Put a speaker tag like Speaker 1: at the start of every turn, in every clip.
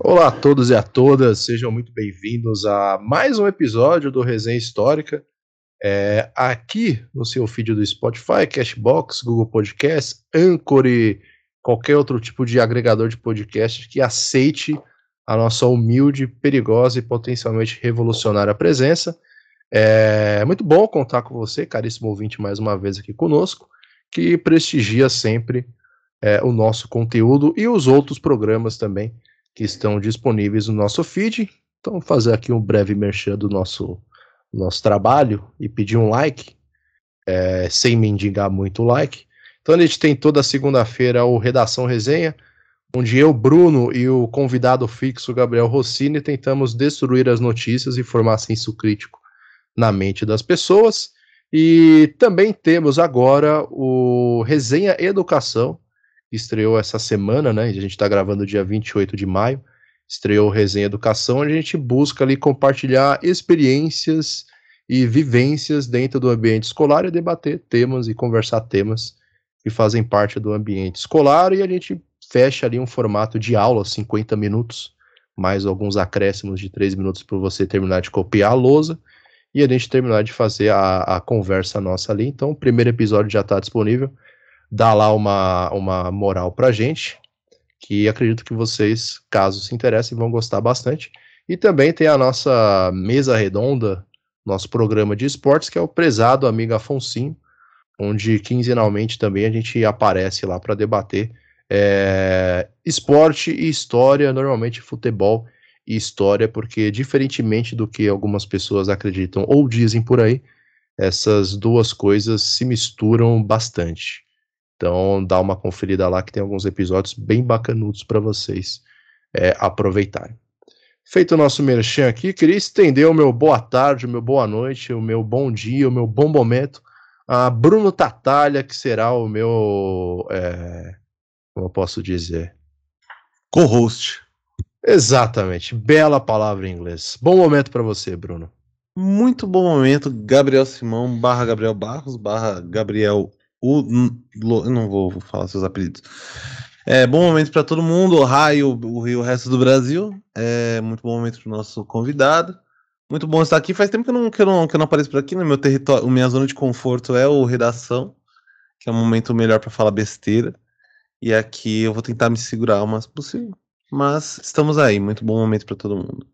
Speaker 1: Olá a todos e a todas, sejam muito bem-vindos a mais um episódio do Resenha Histórica, aqui no seu feed do Spotify, Cashbox, Google Podcasts, Anchor e qualquer outro tipo de agregador de podcast que aceite a nossa humilde, perigosa e potencialmente revolucionária presença. É muito bom contar com você, caríssimo ouvinte, mais uma vez aqui conosco, que prestigia sempre o nosso conteúdo e os outros programas também que estão disponíveis no nosso feed. Então, fazer aqui um breve merchan do nosso trabalho e pedir um like, sem mendigar muito o like. Então, a gente tem toda segunda-feira o Redação Resenha, onde eu, Bruno, e o convidado fixo, Gabriel Rossini, tentamos destruir as notícias e formar senso crítico na mente das pessoas. E também temos agora o Resenha Educação, que estreou essa semana, né? A gente está gravando dia 28 de maio. Estreou o Resenha Educação, onde a gente busca ali compartilhar experiências e vivências dentro do ambiente escolar e debater temas e conversar temas que fazem parte do ambiente escolar, e a gente fecha ali um formato de aula, 50 minutos, mais alguns acréscimos de 3 minutos para você terminar de copiar a lousa, e a gente terminar de fazer a conversa nossa ali. Então, o primeiro episódio já está disponível. Dá lá uma moral pra gente, que acredito que vocês, caso se interessem, vão gostar bastante. E também tem a nossa mesa redonda, nosso programa de esportes, que é o prezado amigo Afonsinho, onde quinzenalmente também a gente aparece lá para debater esporte e história, normalmente futebol e história, porque diferentemente do que algumas pessoas acreditam ou dizem por aí, essas duas coisas se misturam bastante. Então dá uma conferida lá que tem alguns episódios bem bacanudos para vocês aproveitarem. Feito o nosso merchan aqui, queria estender o meu boa tarde, o meu boa noite, o meu bom dia, o meu bom momento a Bruno Tatalha, que será o meu, como eu posso dizer?
Speaker 2: Co-host.
Speaker 1: Exatamente, bela palavra em inglês. Bom momento para você, Bruno.
Speaker 2: Muito bom momento, Gabriel Simão, barra Gabriel Barros, barra Gabriel eu não vou falar seus apelidos. Bom momento para todo mundo, o raio, o resto do Brasil. Muito bom momento para o nosso convidado. Muito bom estar aqui. Faz tempo que eu não apareço por aqui, no meu território. Minha zona de conforto é o Redação, que é um momento melhor para falar besteira. E aqui eu vou tentar me segurar o máximo possível. Mas estamos aí, muito bom momento para todo mundo.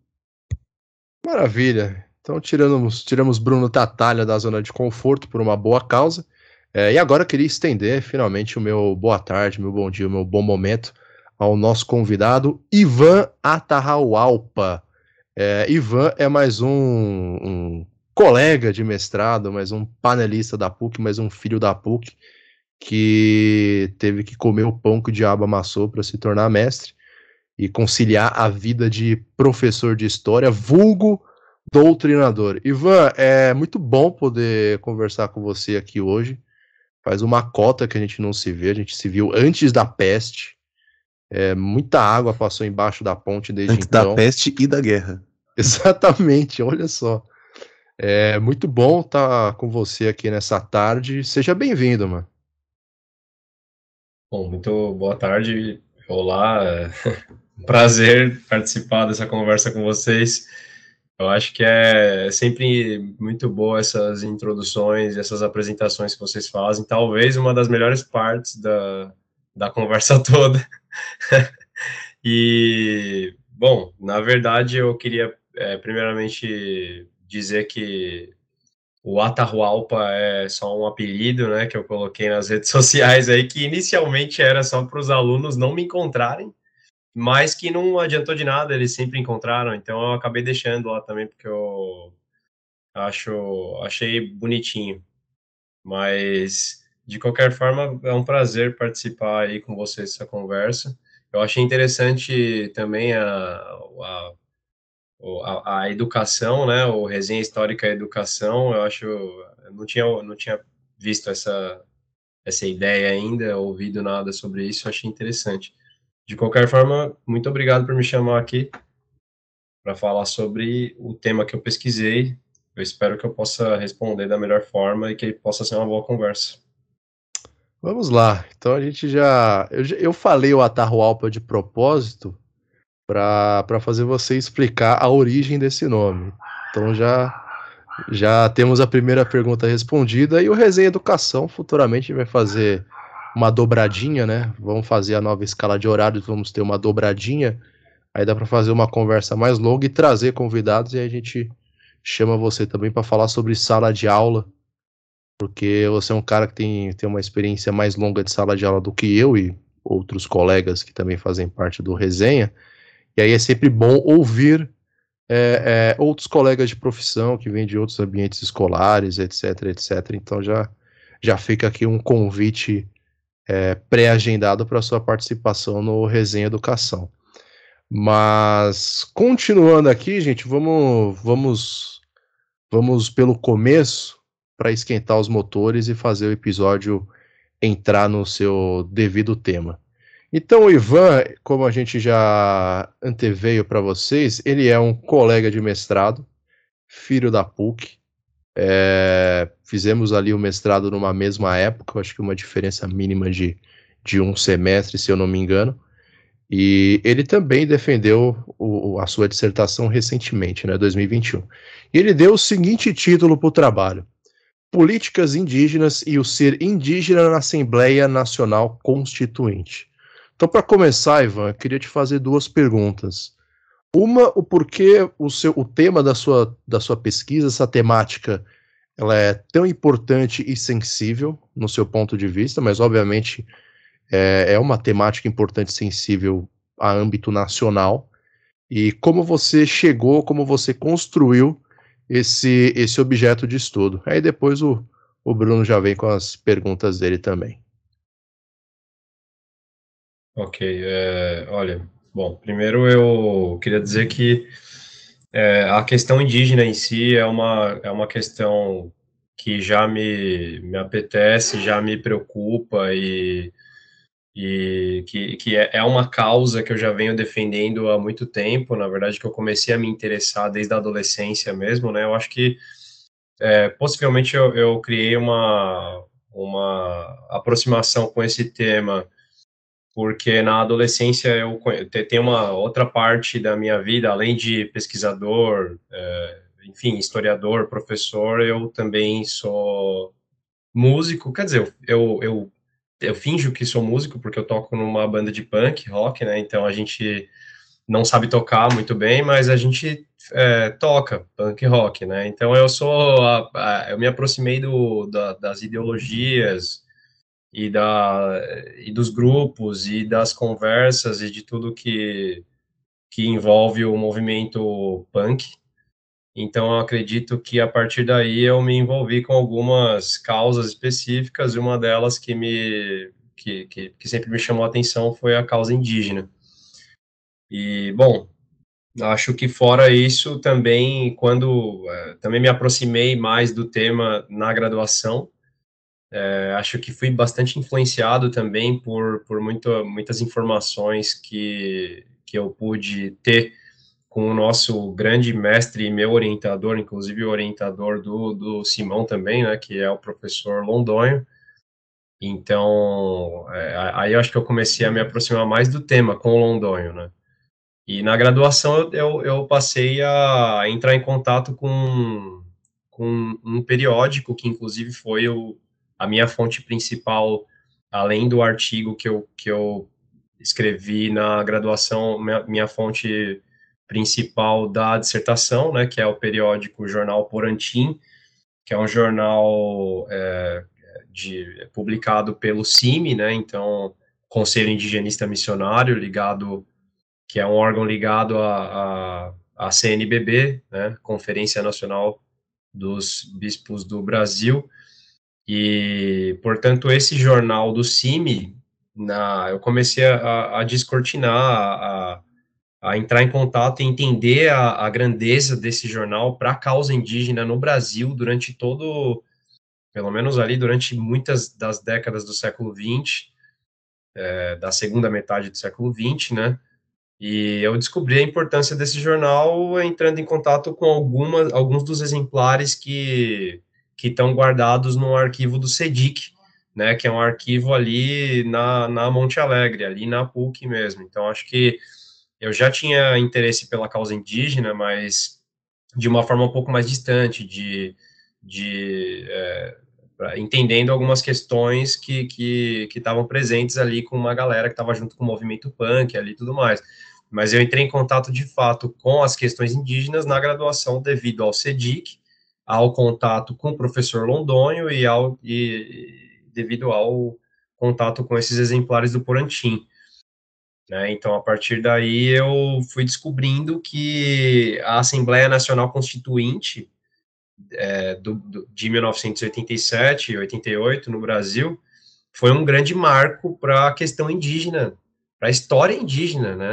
Speaker 1: Maravilha. Então tiramos Bruno Tatalha da zona de conforto por uma boa causa. E agora eu queria estender finalmente o meu boa tarde, meu bom dia, o meu bom momento ao nosso convidado, Ivan Atahualpa. Ivan é mais um colega de mestrado, mais um panelista da PUC, mais um filho da PUC, que teve que comer o pão que o diabo amassou para se tornar mestre e conciliar a vida de professor de história, vulgo doutrinador. Ivan, é muito bom poder conversar com você aqui hoje. Faz uma cota que a gente não se vê, a gente se viu antes da peste. Muita água passou embaixo da ponte desde
Speaker 2: Antes da
Speaker 1: então.
Speaker 2: peste e da guerra.
Speaker 1: Exatamente, olha só. É muito bom estar com você aqui nessa tarde. Seja bem-vindo, mano.
Speaker 3: Bom, muito boa tarde. Olá, prazer participar dessa conversa com vocês. Eu acho que é sempre muito boa essas introduções, essas apresentações que vocês fazem. Talvez uma das melhores partes da conversa toda. E, bom, na verdade, eu queria primeiramente dizer que o Atahualpa é só um apelido, né, que eu coloquei nas redes sociais aí, que inicialmente era só para os alunos não me encontrarem, mas que não adiantou de nada, eles sempre encontraram, então eu acabei deixando lá também, porque eu achei bonitinho. Mas, de qualquer forma, é um prazer participar aí com vocês dessa conversa. Eu achei interessante também a educação, né, o Resenha Histórica e Educação, eu não tinha visto essa ideia ainda, ouvido nada sobre isso, achei interessante. De qualquer forma, muito obrigado por me chamar aqui para falar sobre o tema que eu pesquisei. Eu espero que eu possa responder da melhor forma e que possa ser uma boa conversa.
Speaker 1: Vamos lá. Então a gente eu falei o Atahualpa de propósito, para fazer você explicar a origem desse nome. Então já temos a primeira pergunta respondida, e o Resenha Educação futuramente vai fazer uma dobradinha, né? Vamos fazer a nova escala de horários, vamos ter uma dobradinha, aí dá para fazer uma conversa mais longa e trazer convidados, e aí a gente chama você também para falar sobre sala de aula, porque você é um cara que tem uma experiência mais longa de sala de aula do que eu e outros colegas que também fazem parte do Resenha, e aí é sempre bom ouvir outros colegas de profissão que vêm de outros ambientes escolares, etc, etc. Então já fica aqui um convite pré-agendado para sua participação no Resenha Educação. Mas continuando aqui, gente, vamos pelo começo para esquentar os motores e fazer o episódio entrar no seu devido tema. Então, o Ivan, como a gente já anteveio para vocês, ele é um colega de mestrado, filho da PUC. Fizemos ali o mestrado numa mesma época, acho que uma diferença mínima de um semestre, se eu não me engano. E ele também defendeu a sua dissertação recentemente, né, 2021. E ele deu o seguinte título para o trabalho: Políticas Indígenas e o Ser Indígena na Assembleia Nacional Constituinte. Então, para começar, Ivan, eu queria te fazer duas perguntas. Uma, o porquê o tema da sua pesquisa, essa temática, ela é tão importante e sensível no seu ponto de vista, mas obviamente é uma temática importante e sensível a âmbito nacional. E como você chegou, como você construiu esse objeto de estudo. Aí depois o Bruno já vem com as perguntas dele também.
Speaker 3: Ok, olha, bom, primeiro eu queria dizer que a questão indígena em si é uma questão que já me apetece, já me preocupa e que é uma causa que eu já venho defendendo há muito tempo, na verdade que eu comecei a me interessar desde a adolescência mesmo, né, eu acho que possivelmente eu criei uma aproximação com esse tema porque na adolescência tem uma outra parte da minha vida, além de pesquisador, enfim, historiador, professor, eu também sou músico, quer dizer, eu finjo que sou músico porque eu toco numa banda de punk, rock, né, então a gente não sabe tocar muito bem, mas a gente toca punk rock, né, então eu me aproximei das ideologias, e dos grupos e das conversas e de tudo que envolve o movimento punk. Então, eu acredito que a partir daí eu me envolvi com algumas causas específicas, e uma delas que sempre me chamou a atenção foi a causa indígena. E, bom, acho que fora isso, também, também me aproximei mais do tema na graduação, acho que fui bastante influenciado também por muitas informações que eu pude ter com o nosso grande mestre e meu orientador, inclusive o orientador do Simão também, né, que é o professor Londonho. Então, aí eu acho que eu comecei a me aproximar mais do tema com o Londonho, né. E na graduação eu passei a entrar em contato com um periódico que, inclusive, foi a minha fonte principal, além do artigo que eu escrevi na graduação, minha fonte principal da dissertação, né, que é o periódico Jornal Porantim, que é um jornal publicado pelo CIMI, né, então, Conselho Indigenista Missionário, que é um órgão ligado à CNBB, né, Conferência Nacional dos Bispos do Brasil, e, portanto, esse jornal do CIMI, eu comecei a descortinar, a entrar em contato e entender a grandeza desse jornal para a causa indígena no Brasil durante pelo menos ali, durante muitas das décadas do século XX, da segunda metade do século XX, né, e eu descobri a importância desse jornal entrando em contato com alguns dos exemplares que estão guardados no arquivo do CEDIC, né, que é um arquivo ali na Monte Alegre, ali na PUC mesmo. Então, acho que eu já tinha interesse pela causa indígena, mas de uma forma um pouco mais distante, entendendo algumas questões que estavam presentes ali com uma galera que estava junto com o movimento punk ali e tudo mais. Mas eu entrei em contato, de fato, com as questões indígenas na graduação devido ao CEDIC, ao contato com o professor Londonho e devido ao contato com esses exemplares do Porantim. Né? Então, a partir daí, eu fui descobrindo que a Assembleia Nacional Constituinte de 1987 e 88 no Brasil foi um grande marco para a questão indígena, para a história indígena, né,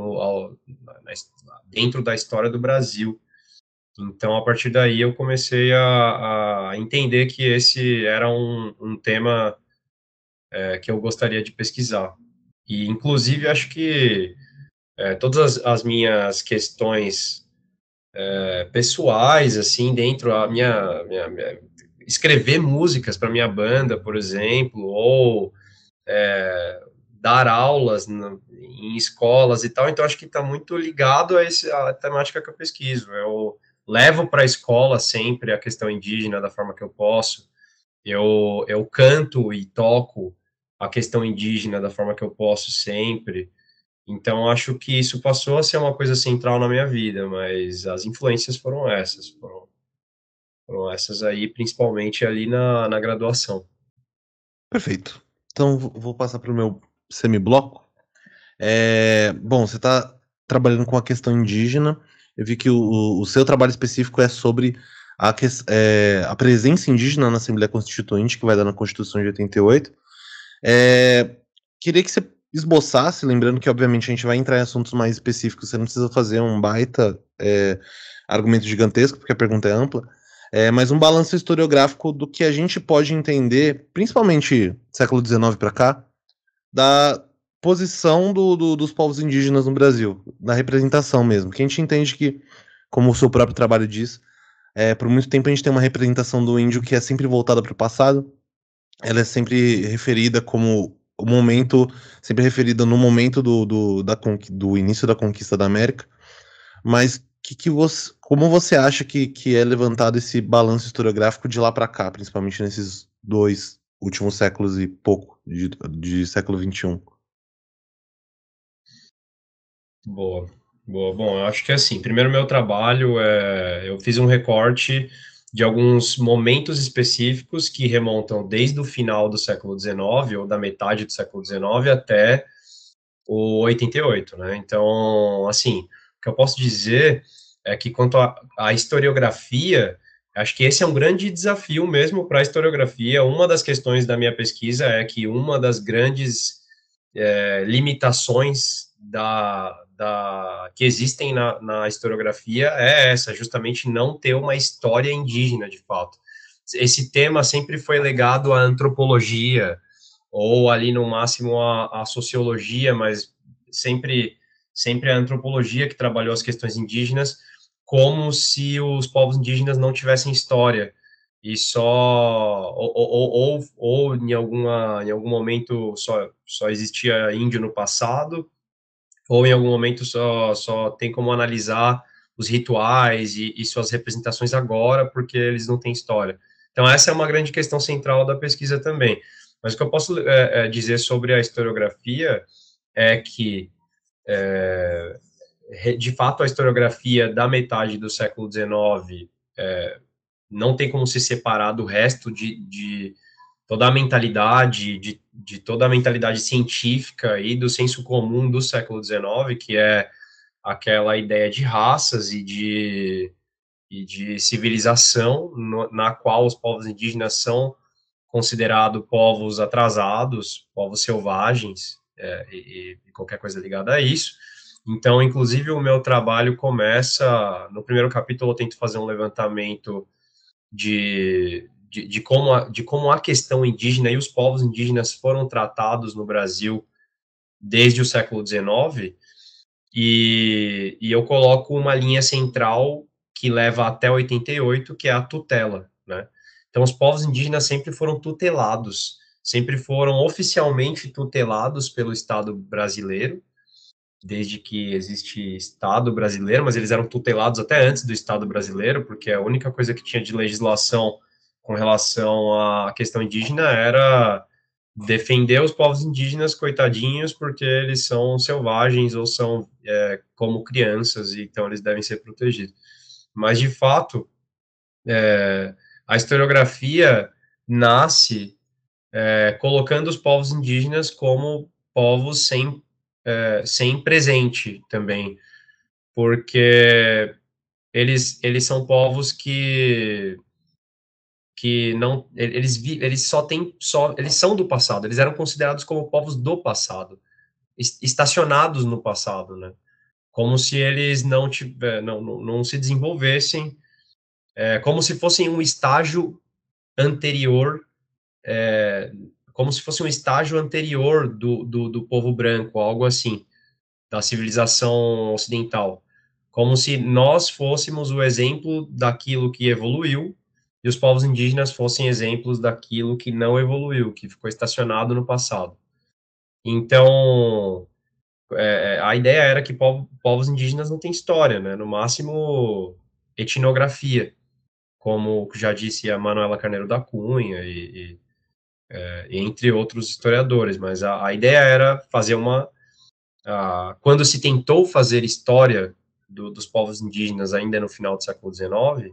Speaker 3: dentro da história do Brasil. Então, a partir daí, eu comecei a entender que esse era um tema que eu gostaria de pesquisar. E, inclusive, acho que todas as minhas questões pessoais, assim, dentro a minha escrever músicas para minha banda, por exemplo, ou dar aulas em escolas e tal, então acho que está muito ligado a temática que eu pesquiso. Eu levo para a escola sempre a questão indígena da forma que eu posso, eu canto e toco a questão indígena da forma que eu posso sempre, então acho que isso passou a ser uma coisa central na minha vida, mas as influências foram essas aí, principalmente ali na graduação.
Speaker 2: Perfeito. Então, vou passar para o meu semibloco. Bom, você está trabalhando com a questão indígena. Eu vi que o seu trabalho específico é sobre a presença indígena na Assembleia Constituinte, que vai dar na Constituição de 88. Queria que você esboçasse, lembrando que, obviamente, a gente vai entrar em assuntos mais específicos, você não precisa fazer um baita argumento gigantesco, porque a pergunta é ampla, mas um balanço historiográfico do que a gente pode entender, principalmente século XIX para cá, da posição dos povos indígenas no Brasil, na representação mesmo. Que a gente entende que, como o seu próprio trabalho diz, por muito tempo a gente tem uma representação do índio que é sempre voltada para o passado, ela é sempre referida como o momento, sempre referida no momento do início da conquista da América, mas como você acha que é levantado esse balanço historiográfico de lá para cá, principalmente nesses 2 últimos séculos e pouco de século XXI?
Speaker 3: Boa, boa. Bom, eu acho que assim, primeiro meu trabalho eu fiz um recorte de alguns momentos específicos que remontam desde o final do século XIX ou da metade do século XIX até o 88, né? Então, assim, o que eu posso dizer é que quanto à historiografia, acho que esse é um grande desafio mesmo para a historiografia. Uma das questões da minha pesquisa é que uma das grandes limitações que existem na historiografia é essa, justamente não ter uma história indígena, de fato. Esse tema sempre foi legado à antropologia, ou ali no máximo à sociologia, mas sempre a antropologia que trabalhou as questões indígenas, como se os povos indígenas não tivessem história e só ou em algum momento só existia índio no passado, ou em algum momento só tem como analisar os rituais e suas representações agora, porque eles não têm história. Então, essa é uma grande questão central da pesquisa também. Mas o que eu posso dizer sobre a historiografia é que, de fato, a historiografia da metade do século XIX não tem como se separar do resto de toda a mentalidade, de toda a mentalidade científica e do senso comum do século XIX, que é aquela ideia de raças e de civilização, na qual os povos indígenas são considerados povos atrasados, povos selvagens, e qualquer coisa ligada a isso. Então, inclusive, o meu trabalho começa, no primeiro capítulo eu tento fazer um levantamento de como a questão indígena e os povos indígenas foram tratados no Brasil desde o século XIX, e eu coloco uma linha central que leva até 88, que é a tutela, né? Então, os povos indígenas sempre foram tutelados, sempre foram oficialmente tutelados pelo Estado brasileiro, desde que existe Estado brasileiro, mas eles eram tutelados até antes do Estado brasileiro, porque a única coisa que tinha de legislação com relação à questão indígena era defender os povos indígenas, coitadinhos, porque eles são selvagens ou são como crianças, e então eles devem ser protegidos. Mas, de fato, a historiografia nasce colocando os povos indígenas como povos sem presente também, porque eles são povos que não eles eles são do passado, eles eram considerados como povos do passado, estacionados no passado, né? Como se eles não se desenvolvessem, como se fossem um estágio anterior, como se fosse um estágio anterior do povo branco, algo assim, da civilização ocidental, como se nós fôssemos o exemplo daquilo que evoluiu e os povos indígenas fossem exemplos daquilo que não evoluiu, que ficou estacionado no passado. Então, a ideia era que povos indígenas não têm história, né? No máximo, etnografia, como já disse a Manuela Carneiro da Cunha e entre outros historiadores, mas a ideia era fazer quando se tentou fazer história dos povos indígenas ainda no final do século XIX,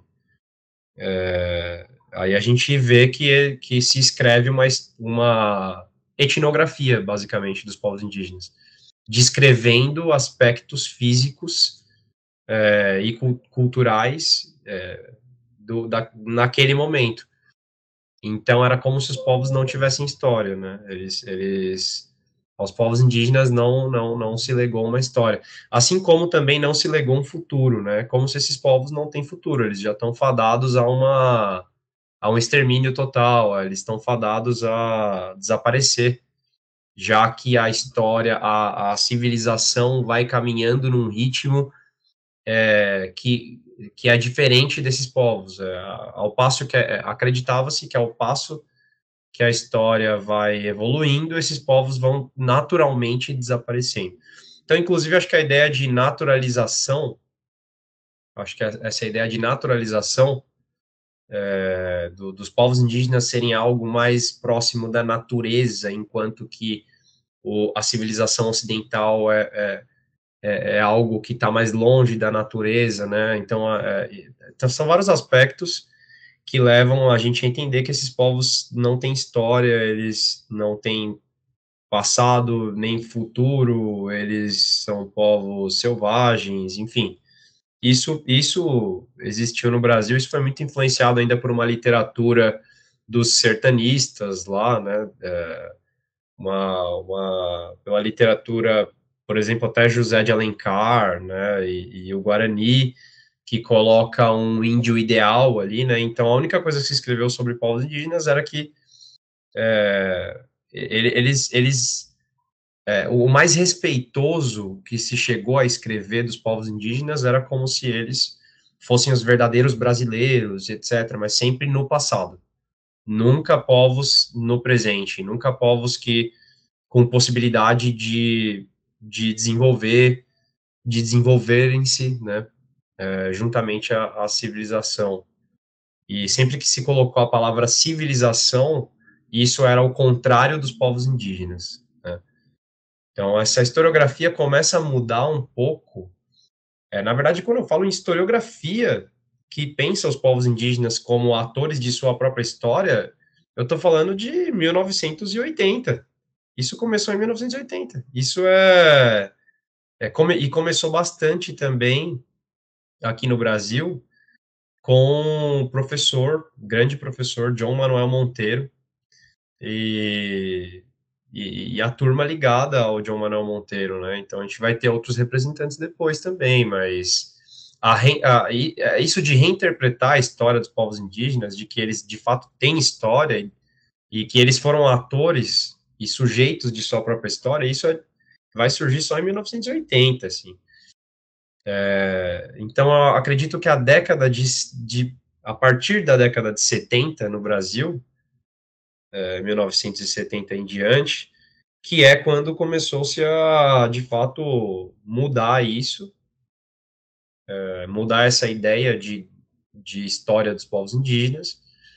Speaker 3: aí a gente vê que se escreve uma etnografia, basicamente, dos povos indígenas, descrevendo aspectos físicos e culturais naquele momento. Então, era como se os povos não tivessem história, né? Aos povos indígenas não se legou uma história. Assim como também não se legou um futuro, né? Como se esses povos não têm futuro, eles já estão fadados a um extermínio total, eles estão fadados a desaparecer, já que a história, a civilização vai caminhando num ritmo que é diferente desses povos. Ao passo que acreditava-se que ao passo que a história vai evoluindo, esses povos vão naturalmente desaparecendo. Então, inclusive, acho que a ideia de naturalização, acho que essa ideia de naturalização dos povos indígenas serem algo mais próximo da natureza, enquanto que a civilização ocidental é algo que está mais longe da natureza, né? Então, são vários aspectos que levam a gente a entender que esses povos não têm história, eles não têm passado nem futuro, eles são povos selvagens, enfim. Isso existiu no Brasil, isso foi muito influenciado ainda por uma literatura dos sertanistas lá, né? Pela literatura, por exemplo, até José de Alencar, né? E o Guarani, que coloca um índio ideal ali, né? Então, a única coisa que se escreveu sobre povos indígenas era que o mais respeitoso que se chegou a escrever dos povos indígenas era como se eles fossem os verdadeiros brasileiros, etc., mas sempre no passado. Nunca povos no presente, nunca povos com possibilidade de desenvolverem-se, né, juntamente à civilização. E sempre que se colocou a palavra civilização, isso era o contrário dos povos indígenas, né? Então, essa historiografia começa a mudar um pouco. Na verdade, quando eu falo em historiografia que pensa os povos indígenas como atores de sua própria história, eu estou falando de 1980. Isso começou em 1980. Isso e começou bastante também aqui no Brasil com o grande professor John Manuel Monteiro, e, e a turma ligada ao John Manuel Monteiro, né? Então a gente vai ter outros representantes depois também, mas isso de reinterpretar a história dos povos indígenas, de que eles de fato têm história e que eles foram atores e sujeitos de sua própria história, vai surgir só em 1980, assim. Então eu acredito que a partir da década de 70 no Brasil, 1970 em diante, que é quando começou-se a, de fato, mudar isso, mudar essa ideia de história dos povos indígenas,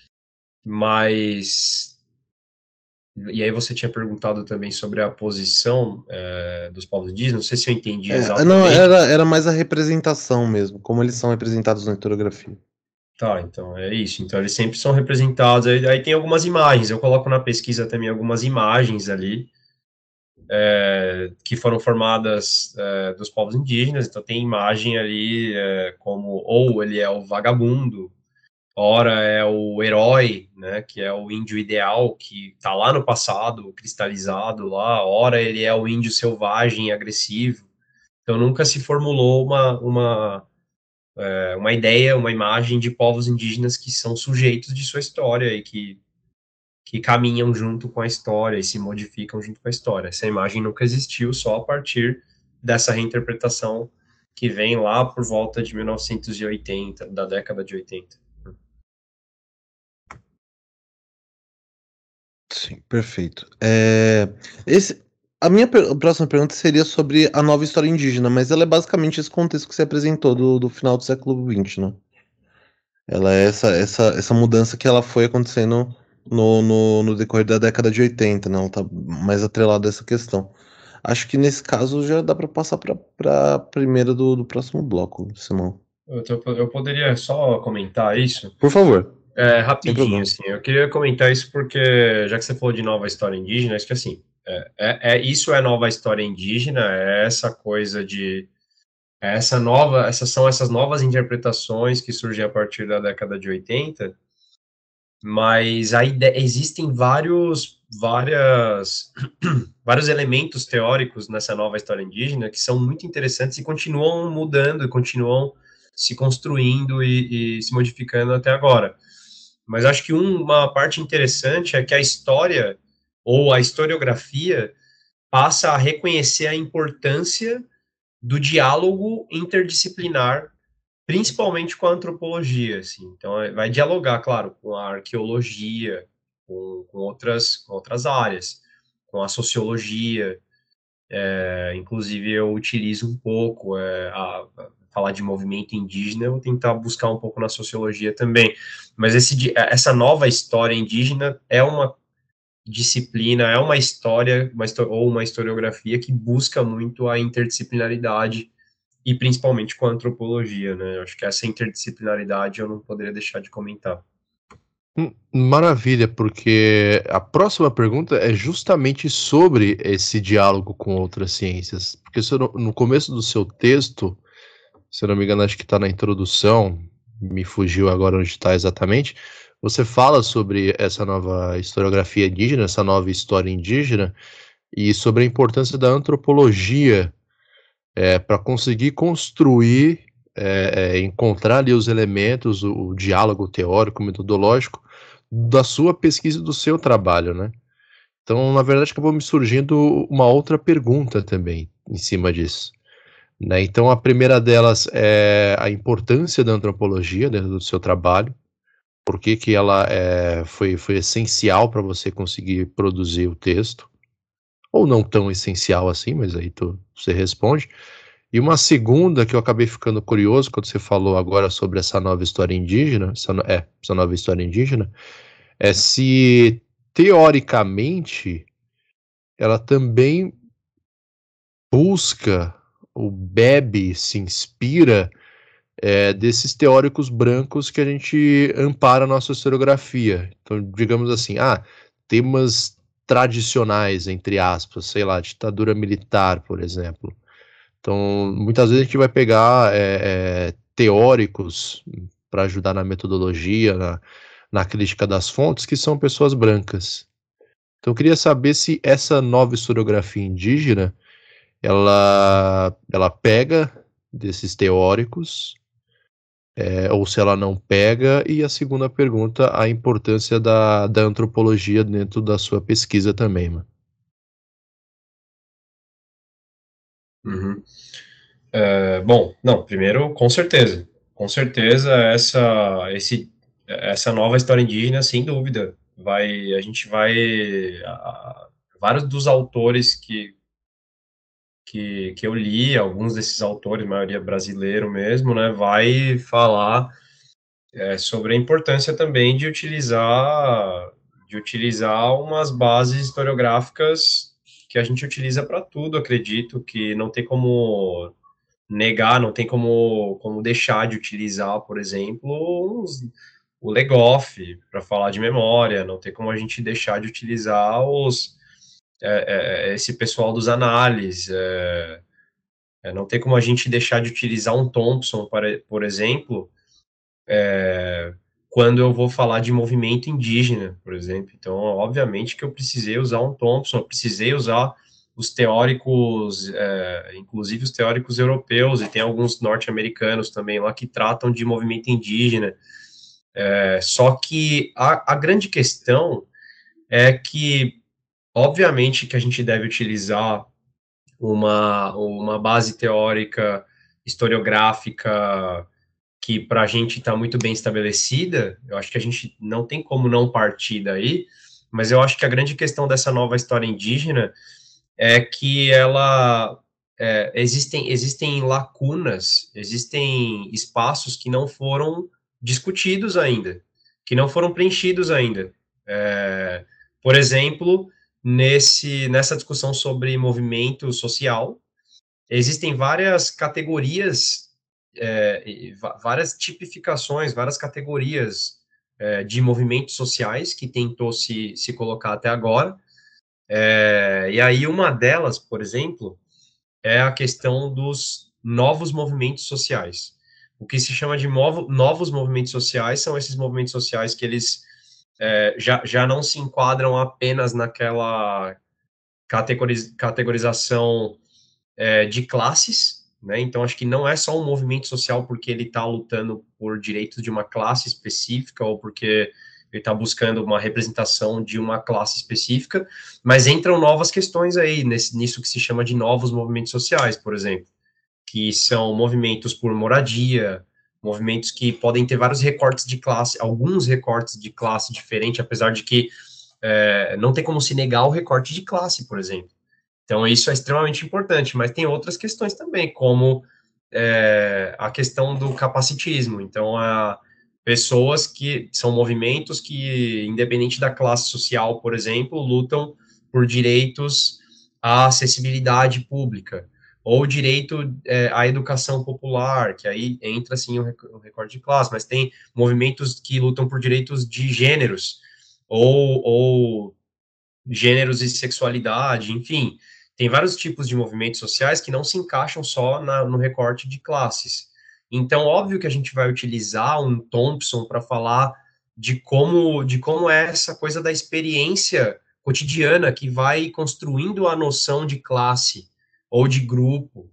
Speaker 3: mas... E aí você tinha perguntado também sobre a posição dos povos indígenas, não sei se eu entendi
Speaker 2: Não,
Speaker 3: exatamente.
Speaker 2: era mais a representação mesmo, como eles são representados na historiografia.
Speaker 3: Tá, então é isso. Então eles sempre são representados. Aí tem algumas imagens. Eu coloco na pesquisa também algumas imagens ali que foram formadas dos povos indígenas. Então tem imagem ali como ou ele é o vagabundo, ora é o herói, né, que é o índio ideal que está lá no passado, cristalizado lá. Ora ele é o índio selvagem, agressivo. Então nunca se formulou uma ideia, uma imagem de povos indígenas que são sujeitos de sua história e que caminham junto com a história e se modificam junto com a história. Essa imagem nunca existiu, só a partir dessa reinterpretação que vem lá por volta de 1980, da década de 80.
Speaker 2: Sim, perfeito. A minha próxima pergunta seria sobre a nova história indígena, mas ela é basicamente esse contexto que você apresentou do final do século XX, né? Ela é essa mudança que ela foi acontecendo no decorrer da década de 80, né? Ela tá mais atrelada a essa questão. Acho que nesse caso já dá para passar para a primeira do próximo bloco, Simão.
Speaker 3: Eu poderia só comentar isso
Speaker 2: Por favor, sem
Speaker 3: rapidinho,
Speaker 2: problema.
Speaker 3: assim. Eu queria comentar isso porque, já que você falou de nova história indígena, acho que assim, isso é nova história indígena, é essa coisa de essas são essas novas interpretações que surgem a partir da década de 80, mas existem vários elementos teóricos nessa nova história indígena que são muito interessantes e continuam mudando, e continuam se construindo e se modificando até agora. Mas acho que uma parte interessante é que a história ou a historiografia passa a reconhecer a importância do diálogo interdisciplinar, principalmente com a antropologia, assim. Então, vai dialogar, claro, com a arqueologia, com outras áreas, com a sociologia. Inclusive, eu utilizo um pouco falar de movimento indígena, eu vou tentar buscar um pouco na sociologia também. Mas essa nova história indígena é uma disciplina, é uma história, ou uma historiografia que busca muito a interdisciplinaridade e principalmente com a antropologia, né? Eu acho que essa interdisciplinaridade eu não poderia deixar de comentar.
Speaker 1: Maravilha, porque a próxima pergunta é justamente sobre esse diálogo com outras ciências. Porque no começo do seu texto, se eu não me engano, acho que está na introdução, me fugiu agora onde está exatamente, você fala sobre essa nova historiografia indígena, essa nova história indígena, e sobre a importância da antropologia para conseguir construir, encontrar ali os elementos, o diálogo teórico, metodológico da sua pesquisa e do seu trabalho, né? Então, na verdade, acabou me surgindo uma outra pergunta também em cima disso. Né? Então, a primeira delas é a importância da antropologia dentro do seu trabalho, por que ela foi essencial para você conseguir produzir o texto, ou não tão essencial assim, mas aí você responde. E uma segunda que eu acabei ficando curioso quando você falou agora sobre essa nova história indígena, essa nova história indígena, é se teoricamente ela também busca ou bebe, se inspira desses teóricos brancos que a gente ampara na nossa historiografia. Então, digamos assim, temas tradicionais, entre aspas, sei lá, ditadura militar, por exemplo. Então, muitas vezes a gente vai pegar teóricos para ajudar na metodologia, na crítica das fontes, que são pessoas brancas. Então, eu queria saber se essa nova historiografia indígena, ela pega desses teóricos, ou se ela não pega, e a segunda pergunta, a importância da antropologia dentro da sua pesquisa também, mano.
Speaker 3: Uhum. Bom, não, primeiro, com certeza, essa nova história indígena, sem dúvida, a gente vai vários dos autores que eu li, alguns desses autores, maioria brasileiro mesmo, né, vai falar sobre a importância também de utilizar umas bases historiográficas que a gente utiliza para tudo, acredito, que não tem como negar, não tem como deixar de utilizar, por exemplo, o Legoff para falar de memória, não tem como a gente deixar de utilizar esse pessoal dos análises, não tem como a gente deixar de utilizar um Thompson, por exemplo, quando eu vou falar de movimento indígena, por exemplo. Então, obviamente que eu precisei usar um Thompson, eu precisei usar os teóricos, inclusive os teóricos europeus, e tem alguns norte-americanos também lá que tratam de movimento indígena. Só que a grande questão é que, obviamente, que a gente deve utilizar uma base teórica historiográfica que para a gente está muito bem estabelecida. Eu acho que a gente não tem como não partir daí, mas eu acho que a grande questão dessa nova história indígena é que existem lacunas, existem espaços que não foram discutidos ainda, que não foram preenchidos ainda. Por exemplo, nessa discussão sobre movimento social, existem várias categorias, várias tipificações, várias categorias de movimentos sociais que tentou se colocar até agora. E aí uma delas, por exemplo, é a questão dos novos movimentos sociais. O que se chama de novos movimentos sociais são esses movimentos sociais que eles já não se enquadram apenas naquela categorização de classes, né? Então, acho que não é só um movimento social porque ele está lutando por direitos de uma classe específica ou porque ele está buscando uma representação de uma classe específica, mas entram novas questões aí, nisso que se chama de novos movimentos sociais, por exemplo, que são movimentos por moradia, movimentos que podem ter vários recortes de classe, alguns recortes de classe diferente, apesar de que não tem como se negar o recorte de classe, por exemplo. Então, isso é extremamente importante, mas tem outras questões também, como a questão do capacitismo. Então, pessoas que são movimentos que, independente da classe social, por exemplo, lutam por direitos à acessibilidade pública, ou direito à educação popular, que aí entra, assim, o recorte de classe, mas tem movimentos que lutam por direitos de gêneros, ou gêneros e sexualidade, enfim, tem vários tipos de movimentos sociais que não se encaixam só no recorte de classes. Então, óbvio que a gente vai utilizar um Thompson para falar de como é essa coisa da experiência cotidiana que vai construindo a noção de classe ou de grupo,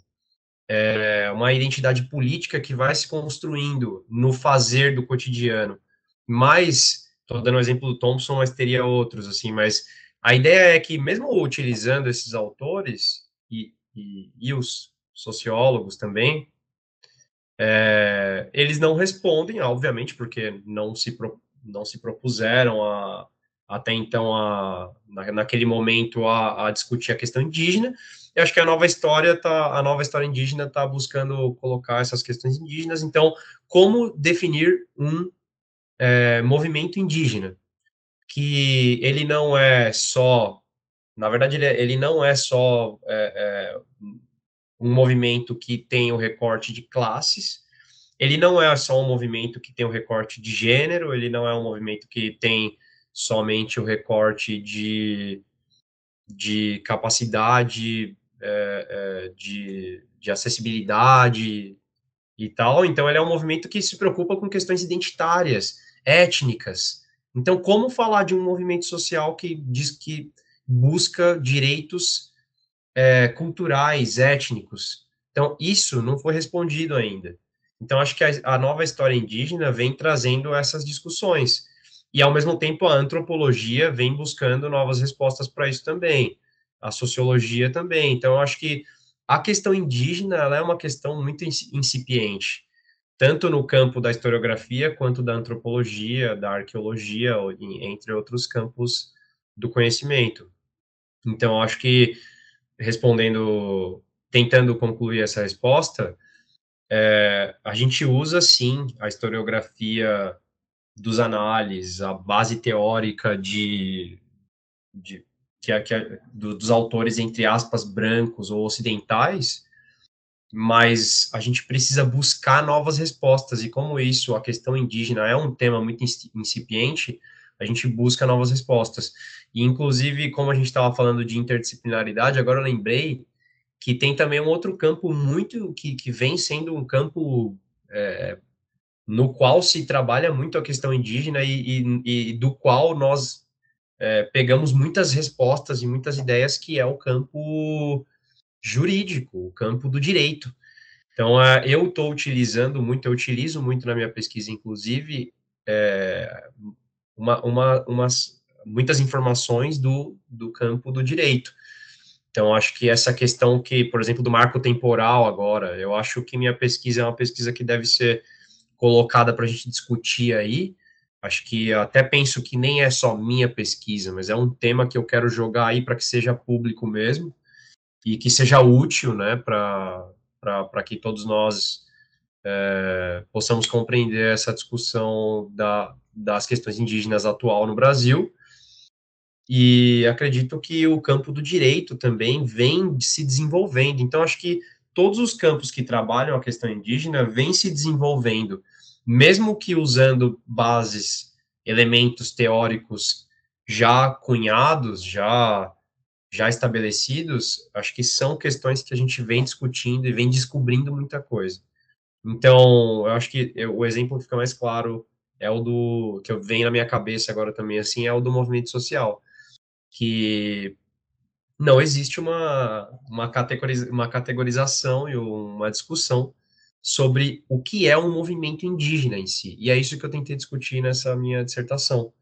Speaker 3: uma identidade política que vai se construindo no fazer do cotidiano. Mas, estou dando o exemplo do Thompson, mas teria outros, assim, mas a ideia é que, mesmo utilizando esses autores, e os sociólogos também, eles não respondem, obviamente, porque não se propuseram até então, naquele momento, a discutir a questão indígena. Eu acho que a nova história indígena está buscando colocar essas questões indígenas. Então, como definir um movimento indígena? Que ele não é só, na verdade, ele não é só um movimento que tem o recorte de classes, ele não é só um movimento que tem o recorte de gênero, ele não é um movimento que tem somente o recorte de capacidade, de acessibilidade e tal. Então, ele é um movimento que se preocupa com questões identitárias, étnicas. Então, como falar de um movimento social que diz que busca direitos culturais, étnicos? Então, isso não foi respondido ainda. Então, acho que a nova história indígena vem trazendo essas discussões. E, ao mesmo tempo, a antropologia vem buscando novas respostas para isso também. A sociologia também. Então, eu acho que a questão indígena ela é uma questão muito incipiente, tanto no campo da historiografia, quanto da antropologia, da arqueologia, entre outros campos do conhecimento. Então, acho que tentando concluir essa resposta, a gente usa sim a historiografia dos análises, a base teórica de dos autores, entre aspas, brancos ou ocidentais, mas a gente precisa buscar novas respostas, e como isso, a questão indígena é um tema muito incipiente, a gente busca novas respostas. E, inclusive, como a gente estava falando de interdisciplinaridade, agora eu lembrei que tem também um outro campo que vem sendo um campo no qual se trabalha muito a questão indígena e do qual nós pegamos muitas respostas e muitas ideias, que é o campo jurídico, o campo do direito. Então, eu utilizo muito na minha pesquisa, inclusive, muitas informações do campo do direito. Então, acho que essa questão que, por exemplo, do marco temporal agora, eu acho que minha pesquisa é uma pesquisa que deve ser colocada para a gente discutir aí. Acho que até penso que nem é só minha pesquisa, mas é um tema que eu quero jogar aí para que seja público mesmo e que seja útil, né, para que todos nós possamos compreender essa discussão das questões indígenas atual no Brasil. E acredito que o campo do direito também vem se desenvolvendo. Então, acho que todos os campos que trabalham a questão indígena vêm se desenvolvendo, mesmo que usando bases, elementos teóricos já cunhados, já estabelecidos. Acho que são questões que a gente vem discutindo e vem descobrindo muita coisa. Então, eu acho que o exemplo que fica mais claro é o que vem na minha cabeça agora também, assim, é o do movimento social, que não existe uma categorização e uma discussão sobre o que é um movimento indígena em si. E é isso que eu tentei discutir nessa minha dissertação.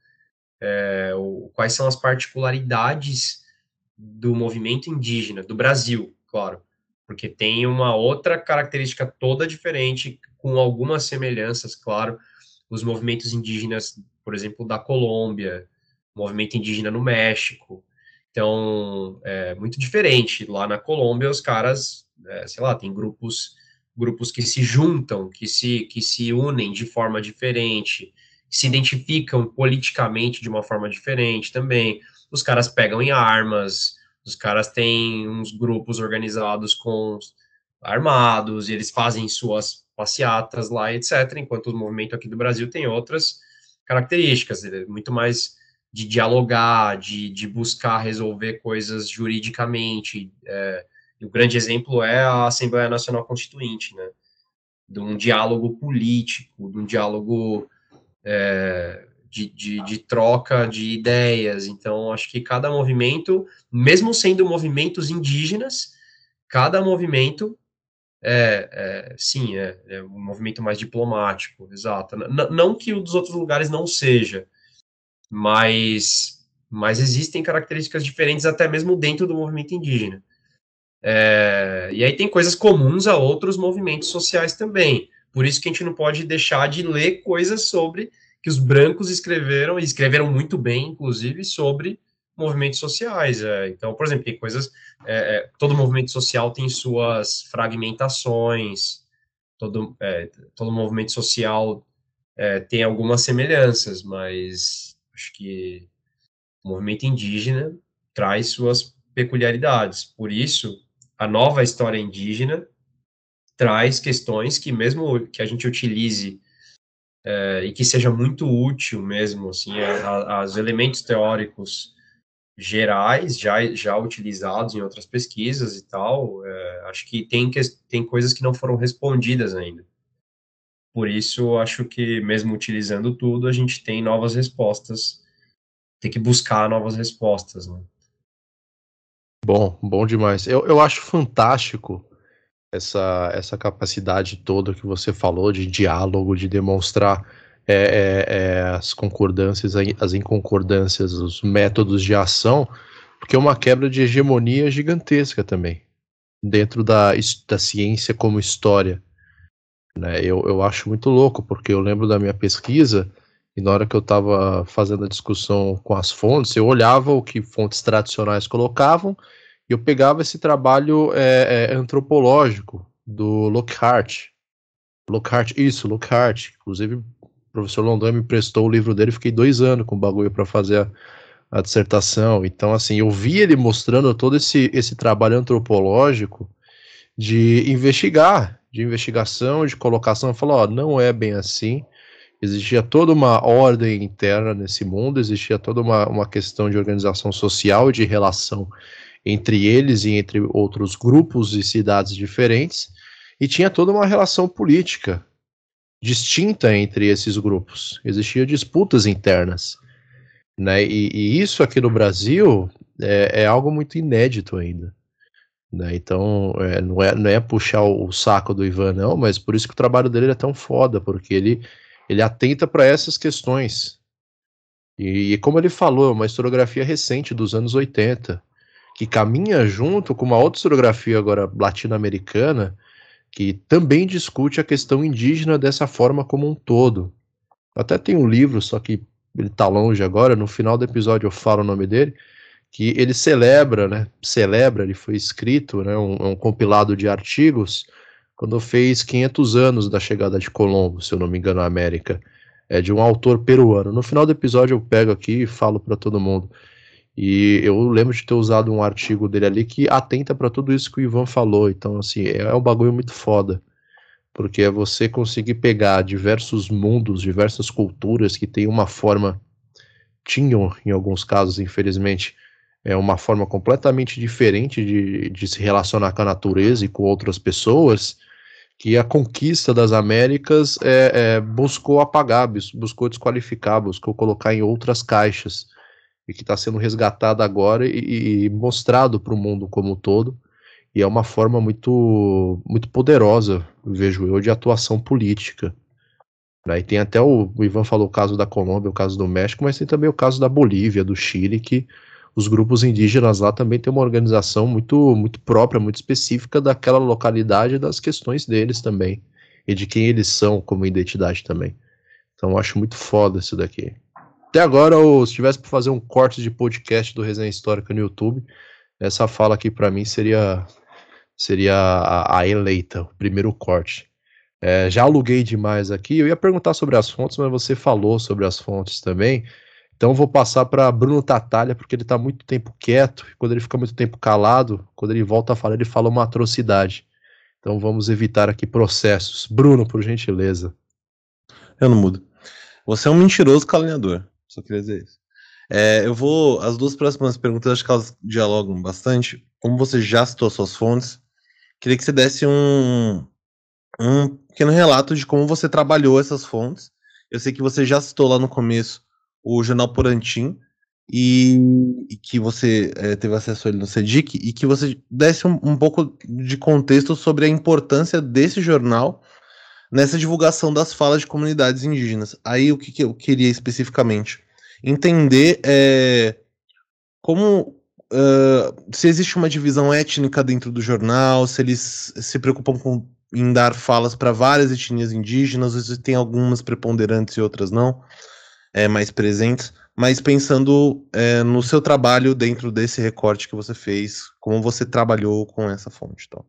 Speaker 3: Quais são as particularidades do movimento indígena, do Brasil, claro, porque tem uma outra característica toda diferente, com algumas semelhanças, claro, os movimentos indígenas, por exemplo, da Colômbia, movimento indígena no México. Então, é muito diferente. Lá na Colômbia, os caras, sei lá, tem grupos que se juntam, que se unem de forma diferente, que se identificam politicamente de uma forma diferente também. Os caras pegam em armas, os caras têm uns grupos organizados armados, e eles fazem suas passeatas lá, etc., enquanto o movimento aqui do Brasil tem outras características, muito mais de dialogar, de buscar resolver coisas juridicamente. E o grande exemplo é a Assembleia Nacional Constituinte, né? De um diálogo político, de um diálogo de troca de ideias. Então, acho que cada movimento, mesmo sendo movimentos indígenas, cada movimento sim, é um movimento mais diplomático, exato. Não que o dos outros lugares não seja, mas existem características diferentes até mesmo dentro do movimento indígena. E aí tem coisas comuns a outros movimentos sociais também. Por isso que a gente não pode deixar de ler coisas sobre que os brancos escreveram, e escreveram muito bem, inclusive, sobre movimentos sociais. Então, por exemplo, tem coisas... todo movimento social tem suas fragmentações, todo movimento social tem algumas semelhanças, mas acho que o movimento indígena traz suas peculiaridades. Por isso, a nova história indígena traz questões que, mesmo que a gente utilize e que seja muito útil mesmo, assim, os elementos teóricos gerais já utilizados em outras pesquisas e tal, acho que tem coisas que não foram respondidas ainda. Por isso, acho que mesmo utilizando tudo, a gente tem novas respostas, tem que buscar novas respostas, né?
Speaker 1: Bom demais. Eu acho fantástico essa capacidade toda que você falou de diálogo, de demonstrar as concordâncias, as inconcordâncias, os métodos de ação, porque é uma quebra de hegemonia gigantesca também, dentro da ciência como história. Né? Eu acho muito louco, porque eu lembro da minha pesquisa e na hora que eu estava fazendo a discussão com as fontes, eu olhava o que fontes tradicionais colocavam e eu pegava esse trabalho antropológico do Lockhart. Lockhart. Inclusive, o professor London me prestou o livro dele, fiquei 2 anos com o bagulho para fazer a dissertação. Então, assim, eu vi ele mostrando todo esse trabalho antropológico de investigação, de colocação. Falou, ó, não é bem assim. Existia toda uma ordem interna nesse mundo, existia toda uma questão de organização social e de relação entre eles e entre outros grupos e cidades diferentes, e tinha toda uma relação política distinta entre esses grupos. Existiam disputas internas, né? E isso aqui no Brasil é algo muito inédito ainda. Né? Então, não é puxar o saco do Ivan, não, mas por isso que o trabalho dele é tão foda, porque ele atenta para essas questões. E como ele falou, é uma historiografia recente dos anos 80, que caminha junto com uma outra historiografia agora latino-americana, que também discute a questão indígena dessa forma como um todo. Até tem um livro, só que ele está longe agora, no final do episódio eu falo o nome dele, que ele celebra, né? Ele foi escrito, né? Um compilado de artigos quando fez 500 anos da chegada de Colombo, se eu não me engano, à América. É de um autor peruano. No final do episódio eu pego aqui e falo para todo mundo. E eu lembro de ter usado um artigo dele ali que atenta para tudo isso que o Ivan falou. Então, assim, é um bagulho muito foda. Porque é você conseguir pegar diversos mundos, diversas culturas que têm uma forma, tinham em alguns casos, infelizmente, uma forma completamente diferente de se relacionar com a natureza e com outras pessoas, que a conquista das Américas buscou apagar, buscou desqualificar, buscou colocar em outras caixas, e que está sendo resgatada agora e mostrado para o mundo como um todo, e é uma forma muito, muito poderosa, vejo eu, de atuação política. Né? E tem até o Ivan falou o caso da Colômbia, o caso do México, mas tem também o caso da Bolívia, do Chile, que os grupos indígenas lá também têm uma organização muito, muito própria, muito específica daquela localidade e das questões deles também, e de quem eles são como identidade também. Então eu acho muito foda isso daqui. Até agora, se tivesse para fazer um corte de podcast do Resenha Histórica no YouTube, essa fala aqui para mim seria a eleita, o primeiro corte. Já aluguei demais aqui. Eu ia perguntar sobre as fontes, mas você falou sobre as fontes também. Então vou passar para Bruno Tatalha, porque ele está muito tempo quieto. E quando ele fica muito tempo calado, quando ele volta a falar, ele fala uma atrocidade. Então vamos evitar aqui processos. Bruno, por gentileza.
Speaker 2: Eu não mudo. Você é um mentiroso caluniador. Só queria dizer isso. As duas próximas perguntas, acho que elas dialogam bastante. Como você já citou suas fontes, queria que você desse um pequeno relato de como você trabalhou essas fontes. Eu sei que você já citou lá no começo o Jornal Porantim e que você teve acesso a ele no CEDIC, e que você desse um pouco de contexto sobre a importância desse jornal nessa divulgação das falas de comunidades indígenas. Aí o que eu queria especificamente? Entender como se existe uma divisão étnica dentro do jornal, se eles se preocupam em dar falas para várias etnias indígenas, ou se tem algumas preponderantes e outras não, mais presentes, mas pensando no seu trabalho dentro desse recorte que você fez, como você trabalhou com essa fonte. Então.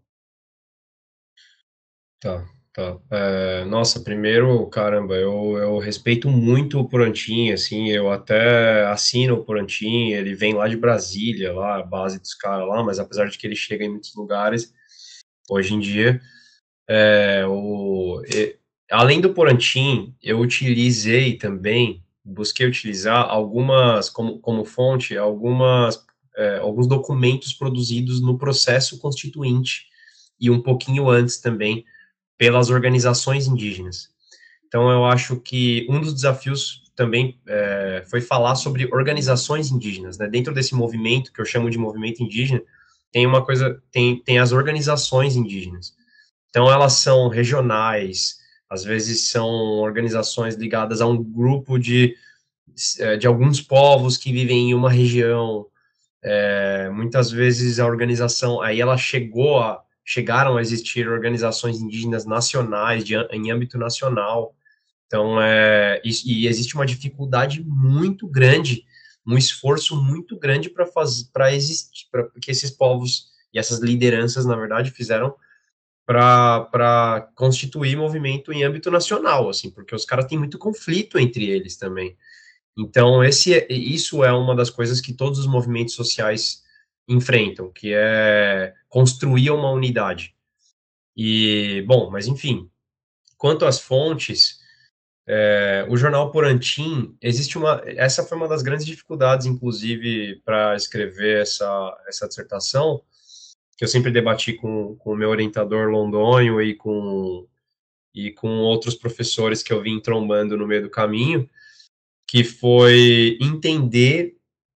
Speaker 3: Tá. Nossa, primeiro, caramba, eu respeito muito o Porantin, assim, eu até assino o Porantin, ele vem lá de Brasília, lá, a base dos caras lá, mas apesar de que ele chega em muitos lugares, hoje em dia, além do Porantin, eu utilizei também, busquei utilizar algumas, como fonte, alguns documentos produzidos no processo constituinte, e um pouquinho antes também, pelas organizações indígenas. Então, eu acho que um dos desafios também foi falar sobre organizações indígenas, né? Dentro desse movimento, que eu chamo de movimento indígena, tem uma coisa, tem as organizações indígenas. Então, elas são regionais, às vezes são organizações ligadas a um grupo de alguns povos que vivem em uma região. Muitas vezes a organização, aí ela chegaram a existir organizações indígenas nacionais, em âmbito nacional. Então, e existe uma dificuldade muito grande, um esforço muito grande para existir, para que esses povos e essas lideranças, na verdade, fizeram para constituir movimento em âmbito nacional, assim, porque os caras têm muito conflito entre eles também. Então, isso é uma das coisas que todos os movimentos sociais enfrentam, que é construir uma unidade. E, bom, mas enfim, quanto às fontes, o jornal Porantim, essa foi uma das grandes dificuldades, inclusive, para escrever essa dissertação, que eu sempre debati com o meu orientador Londonho e com outros professores que eu vim trombando no meio do caminho, que foi entender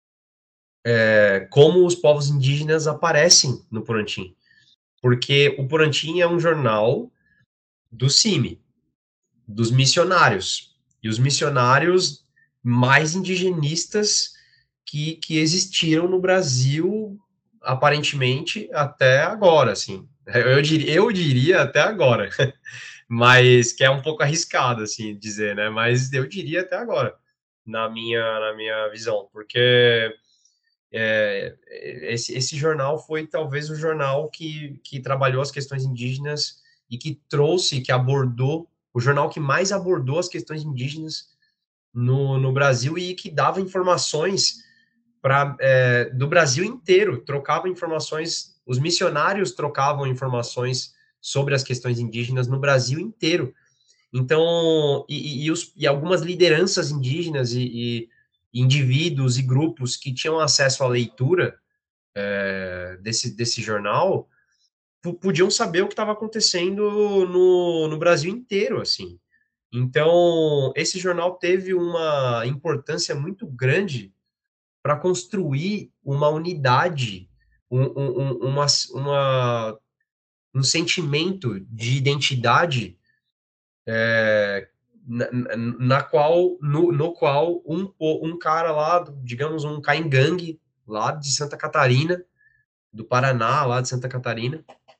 Speaker 3: como os povos indígenas aparecem no Porantim. Porque o Porantim é um jornal do CIMI, dos missionários. E os missionários mais indigenistas que existiram no Brasil, aparentemente, até agora, assim. Eu diria até agora, mas que é um pouco arriscado, assim, dizer, né? Mas eu diria até agora, na minha visão, porque esse jornal foi talvez o jornal que trabalhou as questões indígenas e que trouxe, que abordou, o jornal que mais abordou as questões indígenas no Brasil e que dava informações do Brasil inteiro, trocava informações, os missionários trocavam informações sobre as questões indígenas no Brasil inteiro. Então, e algumas lideranças indígenas e indivíduos e grupos que tinham acesso à leitura desse jornal podiam saber o que estava acontecendo no Brasil inteiro, assim. Então, esse jornal teve uma importância muito grande para construir uma unidade, um sentimento de identidade no qual um cara lá, digamos, um caingangue lá de Santa Catarina, do Paraná, lá de Santa Catarina,